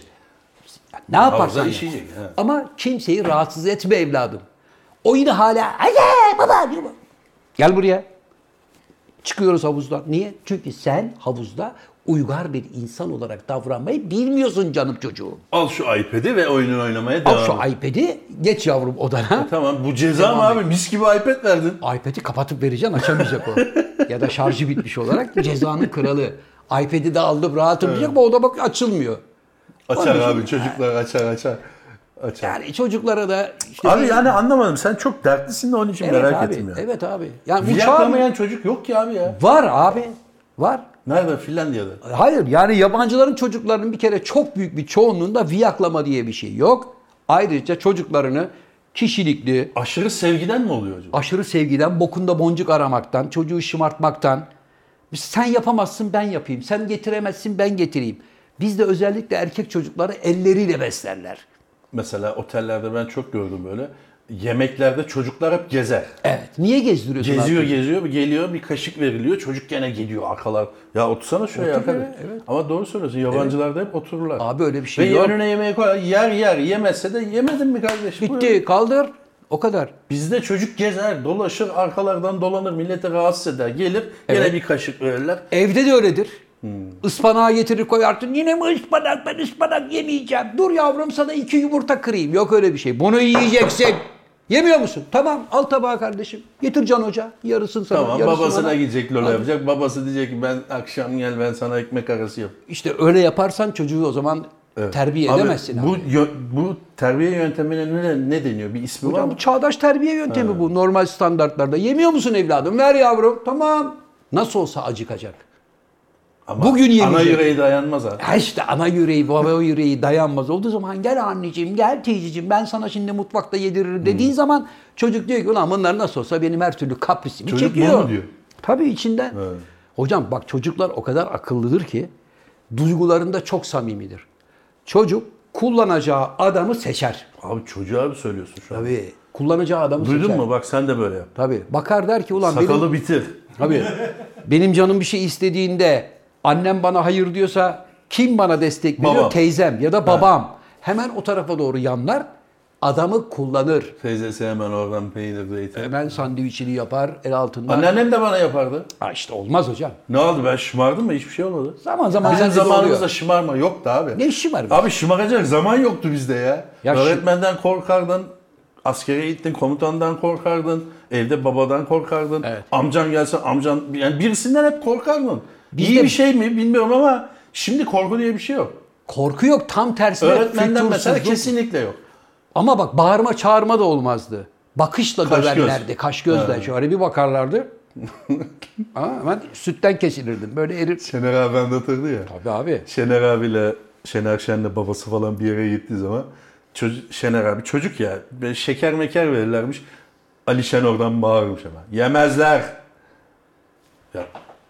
Ne yaparsan Havuza yap. işeyecek, he. Ama kimseyi rahatsız etme evladım. O yine hala anne baba diyor. Gel buraya. Çıkıyoruz havuzdan. Niye? Çünkü sen havuzda uygar bir insan olarak davranmayı bilmiyorsun canım çocuğum. Al şu iPad'i ve oyununu oynamaya devam Al et. şu iPad'i geç yavrum odana. Tamam bu ceza mı abi? Mis gibi iPad verdin. iPad'i kapatıp vereceksin açamayacak o. Ya da şarjı bitmiş olarak cezanın kralı. iPad'i de aldım rahatım diyecek ama o da bak açılmıyor. Açar Onun için- abi çocuklar açar. Yani çocuklara da işte Abi yani anlamadım. Sen çok dertlisin de onun için evet merak abi, ettim ya. evet abi. Yani bu Viyaklamayan çocuk yok ki abi ya. var abi. Var. Nerede? Finlandiya'da. Hayır yani yabancıların çocuklarının bir kere çok büyük bir çoğunluğunda viyaklama diye bir şey yok. Ayrıca çocuklarını kişilikli, Aşırı sevgiden mi oluyor acaba? aşırı sevgiden, bokunda boncuk aramaktan, çocuğu şımartmaktan. Sen yapamazsın ben yapayım, sen getiremezsin ben getireyim. Bizde özellikle erkek çocukları elleriyle beslerler. Mesela otellerde ben çok gördüm böyle. Yemeklerde çocuklar hep gezer. Evet. Niye gezdiriyorsun? Geziyor, geliyor bir kaşık veriliyor. Çocuk gene geliyor arkalar. Ya otursana şuraya Otur, arkadaş. evet. Ama doğru söylüyorsun. Yabancılarda hep otururlar. Abi öyle bir şey Ve yok. önüne yemeği koy. Yer. Yemezse de yemedin mi kardeşim? Buyur. Bitti, kaldır. O kadar. Bizde çocuk gezer, dolaşır, arkalardan dolanır, milleti rahatsız eder. Gelir, Evet. gene bir kaşık verirler. Evde de öyledir. Ispanağı getirir koyarsın. Yine mi ıspanak? Ben ıspanak yemeyeceğim. Dur yavrum sana 2 yumurta kırayım. Yok öyle bir şey. Bunu yiyeceksin. Yemiyor musun? Tamam al tabağı kardeşim. Getir Can Hoca. Yarısını sana, Tamam, yarısını babasına bana. gidecek lola Hadi. yapacak. Babası diyecek ki ben akşam gel ben sana ekmek arası yap. İşte öyle yaparsan çocuğu o zaman terbiye Abi, edemezsin. Bu, abi. bu terbiye yöntemine ne deniyor? Bir ismi var Hocam mı? bu çağdaş terbiye yöntemi bu. Normal standartlarda. Yemiyor musun evladım? Ver yavrum. Tamam. Nasıl olsa acıkacak. Ama bugün ana yemeyecek. yüreği dayanmaz abi. Ha işte ana yüreği, baba yüreği dayanmaz olduğu zaman gel anneciğim, gel teyzeciğim ben sana şimdi mutfakta yediririm dediğin zaman çocuk diyor ki ulan bunlar nasıl olsa benim her türlü kaprisimi Çocuk çekiyor. bunu diyor. Tabii içinden. Evet. Hocam bak çocuklar o kadar akıllıdır ki duygularında çok samimidir. Çocuk kullanacağı adamı seçer. Abi çocuğa mı söylüyorsun şu an? Tabii kullanacağı adamı seçer. Duydun mu? Bak sen de böyle yap. Tabii. Bakar der ki ulan Sakalı benim, bitir. tabii, benim canım bir şey istediğinde annem bana hayır diyorsa kim bana destek veriyor? Babam. Teyzem ya da babam. Hemen o tarafa doğru yanlar. Adamı kullanır. Teyzesi hemen oradan peynir zeytin. Hemen sandviçini yapar el altından. Anneannem de bana yapardı. Ha işte olmaz hocam. Ne oldu ben şımardım mı? Hiçbir şey olmadı. Zaman zaman Bizim sende de zamanımızda oluyor. şımarma yoktu abi. Ne işi var? Abi şımaracak zaman yoktu bizde ya. Ya Öğretmenden korkardın, askere gittin, komutandan korkardın, evde babadan korkardın. Evet. Amcan gelse amcan, yani birisinden hep korkardın. Bizde- İyi bir şey mi bilmiyorum ama şimdi korku diye bir şey yok. Korku yok tam tersine. Öğretmenden mesela fütursuzluk. kesinlikle yok. Ama bak bağırma çağırma da olmazdı. Bakışla Kaş göz. döverlerdi. Kaş gözle şöyle bir bakarlardı. Hemen sütten kesilirdim. Böyle erir. Şener abi anlatırdı ya. Tabii abi. Şener abiyle Şener Şen'le babası falan bir yere gittiği zaman Şener abi çocuk ya böyle şeker meker verirlermiş. Ali Şen oradan bağırmış ama. Yemezler. Ya,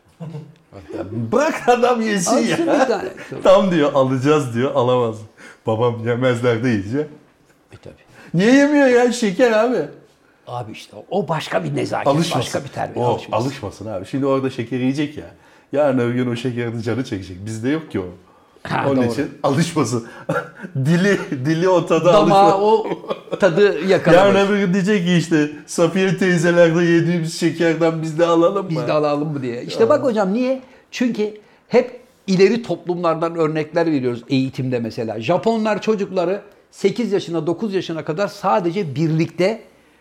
ya bırak adam yesin Alsın bir ya. tane. Tam diyor alacağız diyor alamaz. Babam yemezler deyince. Tabii. Niye yemiyor ya şeker abi? Abi işte o başka bir nezaket, Alışmasın. başka bir terbiye. O, alışmasın abi. Şimdi orada şeker yiyecek ya. Yarın öbür gün o şekerin canı çekecek. Bizde yok ki o. Ha, Onun doğru. için alışmasın. dili o tadı Damağa alışmasın. o tadı Yarın yakalamak. öbür gün diyecek ki işte Safiye teyzelerde yediğimiz şekerden biz de alalım mı? Biz de alalım mı diye. İşte bak hocam niye? Çünkü hep ileri toplumlardan örnekler veriyoruz eğitimde mesela. Japonlar çocukları 8 yaşına 9 yaşına kadar sadece birlikte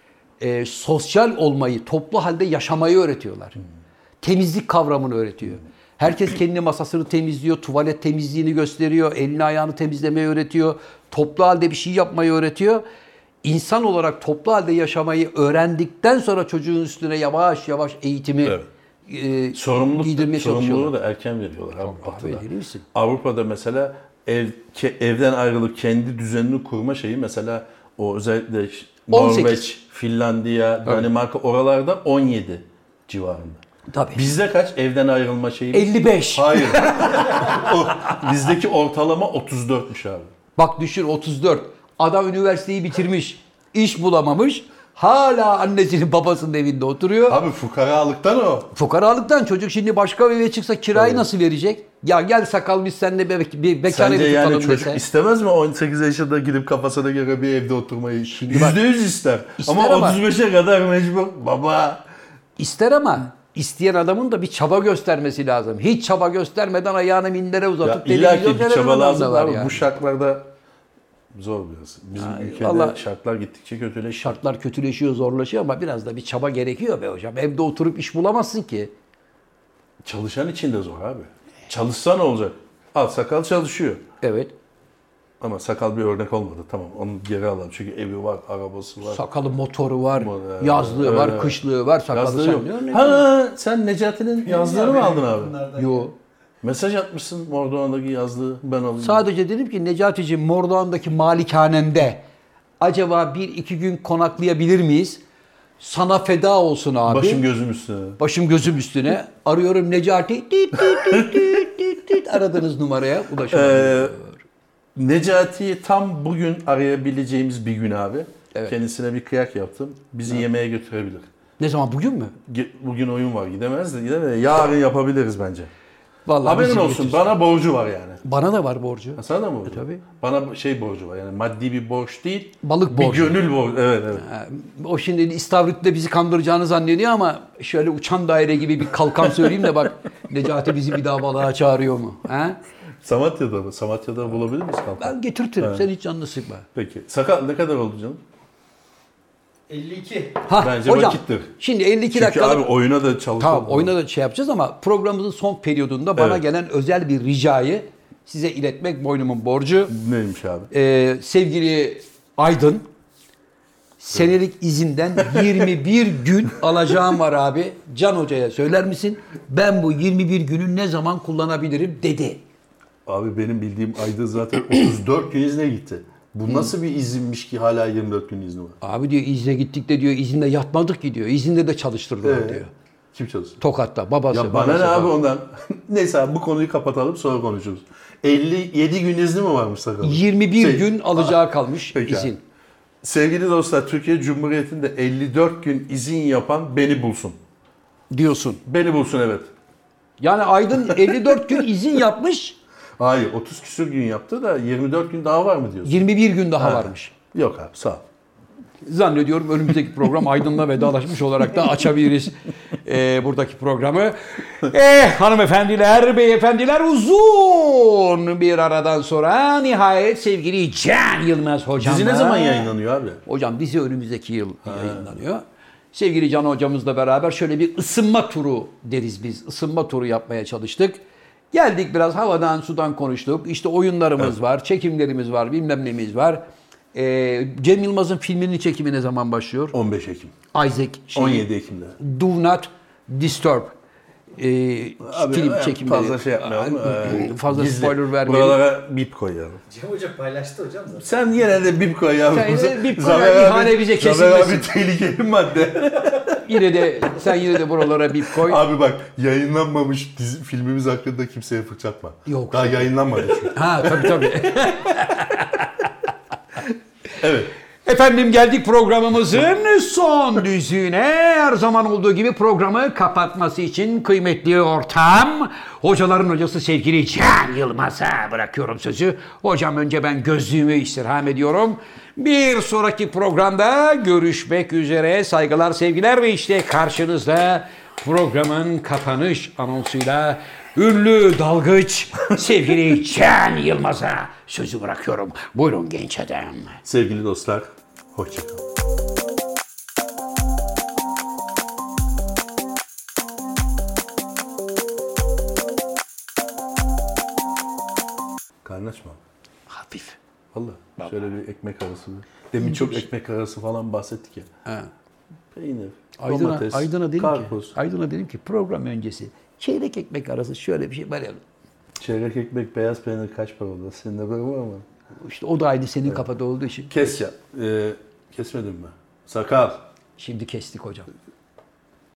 sosyal olmayı, toplu halde yaşamayı öğretiyorlar. Temizlik kavramını öğretiyor. Herkes kendi masasını temizliyor, tuvalet temizliğini gösteriyor, elini ayağını temizlemeyi öğretiyor, toplu halde bir şey yapmayı öğretiyor. İnsan olarak toplu halde yaşamayı öğrendikten sonra çocuğun üstüne yavaş yavaş eğitimi giydirmeye çalışıyorlar. Sorumluluğu da erken veriyorlar abi. Abi, deli misin? Avrupa'da mesela evden ayrılıp kendi düzenini kurma şeyi mesela o özellikle 18. Norveç, Finlandiya, Danimarka oralarda 17 civarında. Tabii. Bizde kaç evden ayrılma şeyi? 55. Hayır. Bizdeki ortalama 34'müş abi. Bak düşün 34. Adam üniversiteyi bitirmiş, iş bulamamış. Hala annesinin babasının evinde oturuyor. Abi fukaralıktan o. Fukaralıktan çocuk şimdi başka bir eve çıksa kirayı nasıl verecek? Ya gel sakal biz seninle bir bekar Sence evi tutalım yani çocuk dese. istemez mi 18 yaşında gidip kafasına göre bir evde oturmayı? %100 ister. Ama ama- 35'e kadar mecbur. Baba. İster ama isteyen adamın da bir çaba göstermesi lazım. Hiç çaba göstermeden ayağını mindere Ya uzatıp illa ki televizyon bir çaba seyreden adam lazım da var ama yani. bu şartlarda zor biraz. Bizim ülkede vallahi- şartlar gittikçe kötüleşiyor. Şartlar kötüleşiyor, zorlaşıyor ama biraz da bir çaba gerekiyor be hocam. Evde oturup iş bulamazsın ki. Çalışan için de zor abi. Çalışsa ne olacak? Al sakal çalışıyor. Evet. Ama sakal bir örnek olmadı. Tamam onu geri alalım. Çünkü evi var, arabası var. Sakalı motoru var, Evet, yazlığı var, evet. kışlığı var. Sakalı Yazlığı sen yok. ne örnek? Ha sen Necati'nin yazlığını mı aldın abi? Yo. Mesaj atmışsın Mordoğan'daki yazlığı ben alayım. Sadece dedim ki Necati'ciğim Mordoğan'daki malikanende acaba 1-2 gün konaklayabilir miyiz? Sana feda olsun abi. Başım gözüm üstüne. Başım gözüm üstüne. Arıyorum Necati. Aradığınız numaraya ulaşamıyorum. Necati'yi tam bugün arayabileceğimiz bir gün abi. Evet. Kendisine bir kıyak yaptım. Bizi yemeğe götürebilir. Ne zaman bugün mü? Bugün oyun var gidemez de gidemez. Yarın yapabiliriz bence. Vallahi Haberin bizi olsun götürsün. bana borcu var yani. Bana da var borcu. Ha, sana da mı borcu? Tabii. Bana şey borcu var yani maddi bir borç değil. Balık bir borcu. gönül borcu. Evet evet. O şimdi İstavrit'te bizi kandıracağını zannediyor ama şöyle uçan daire gibi bir kalkan söyleyeyim de bak Necati bizi bir daha balığa çağırıyor mu? Ha? Samatya'da mı? Samatya'da bulabilir miyiz kalkan? Ben getirtirim. Evet. Sen hiç canını sıkma. Peki. Sakal ne kadar oldu canım? 52. Ha, Bence hocam, vakittir. şimdi 52 Çünkü dakikalık... abi oyuna da çalışalım. Tamam oyuna da şey yapacağız ama programımızın son periyodunda bana Evet. gelen özel bir ricayı size iletmek boynumun borcu. Neymiş abi? Sevgili Aydın, senelik izinden 21 gün alacağım var abi. Can Hoca'ya söyler misin? Ben bu 21 günü ne zaman kullanabilirim dedi. Abi benim bildiğim ayda zaten 34 gün izne gitti. Bu nasıl bir izinmiş ki hala 24 gün izni var? Abi diyor izne gittik de diyor izinde yatmadık ki diyor. İzinde de çalıştırdılar diyor. Kim çalışıyor? Tokat'ta babası. Ya bana babası ne abi falan. ondan? Neyse abi bu konuyu kapatalım sonra konuşuruz. 57 gün izni mi varmış sakalın? 21 gün alacağı kalmış Peki izin. abi. Sevgili dostlar Türkiye Cumhuriyeti'nde 54 gün izin yapan beni bulsun. Diyorsun. Beni bulsun evet. Yani Aydın 54 gün izin yapmış. Hayır 30 küsur gün yaptı da 24 gün daha var mı diyorsun? 21 gün daha Ha. varmış. Yok abi sağ ol. Zannediyorum önümüzdeki program Aydın'la vedalaşmış olarak da açabiliriz buradaki programı. Hanımefendiler, beyefendiler uzun bir aradan sonra nihayet sevgili Can Yılmaz hocamla... Dizi ne zaman yayınlanıyor abi? Hocam dizi önümüzdeki yıl yayınlanıyor. Sevgili Can hocamızla beraber şöyle bir ısınma turu deriz biz. Isınma turu yapmaya çalıştık. Geldik biraz havadan sudan konuştuk. İşte oyunlarımız var, çekimlerimiz var, bilmem nemiz var. Cem Yılmaz'ın filminin çekimi ne zaman başlıyor? 15 Ekim. Isaac 17 Ekim'de. Do Not Disturb film çekimleri. Fazla şey yapmayalım. Fazla Gizli. spoiler vermeyelim. Buralara bip koyalım. Cem Hoca paylaştı hocam zaten. Sen yine de bip koy ya. Sen yine de bip koy ya, Zafer abi- ihale bize Zafer kesilmesin. abi tehlikeli madde. Sen yine de buralara bip koy. Abi bak yayınlanmamış filmimiz hakkında kimseye fırçatma. Yok. Daha yayınlanmadı çünkü. Ha tabii. Evet. Efendim geldik programımızın son düzüğüne. Her zaman olduğu gibi programı kapatması için kıymetli ortam, hocaların hocası sevgili Can Yılmaz'a bırakıyorum sözü. Hocam önce ben gözlüğümü istirham ediyorum. Bir sonraki programda görüşmek üzere. Saygılar, sevgiler ve işte karşınızda programın kapanış anonsuyla ünlü dalgıç sevgili Can Yılmaz'a sözü bırakıyorum. Buyurun genç adam. Sevgili dostlar, hoşçakalın. Karnın aç mı? Hafif. Valla. Şöyle bir ekmek arası. Demin çok ekmek arası falan bahsettik ya. Ha. Peynir, domates, Aydın'a dedim ki program öncesi çeyrek ekmek arası şöyle bir şey verelim. Çeyrek ekmek, beyaz peynir kaç para oldu? Senin de böyle var mı? İşte o da aynı senin kafada olduğu için. Kes ya. Kesmedim mi? Sakal. Şimdi kestik hocam.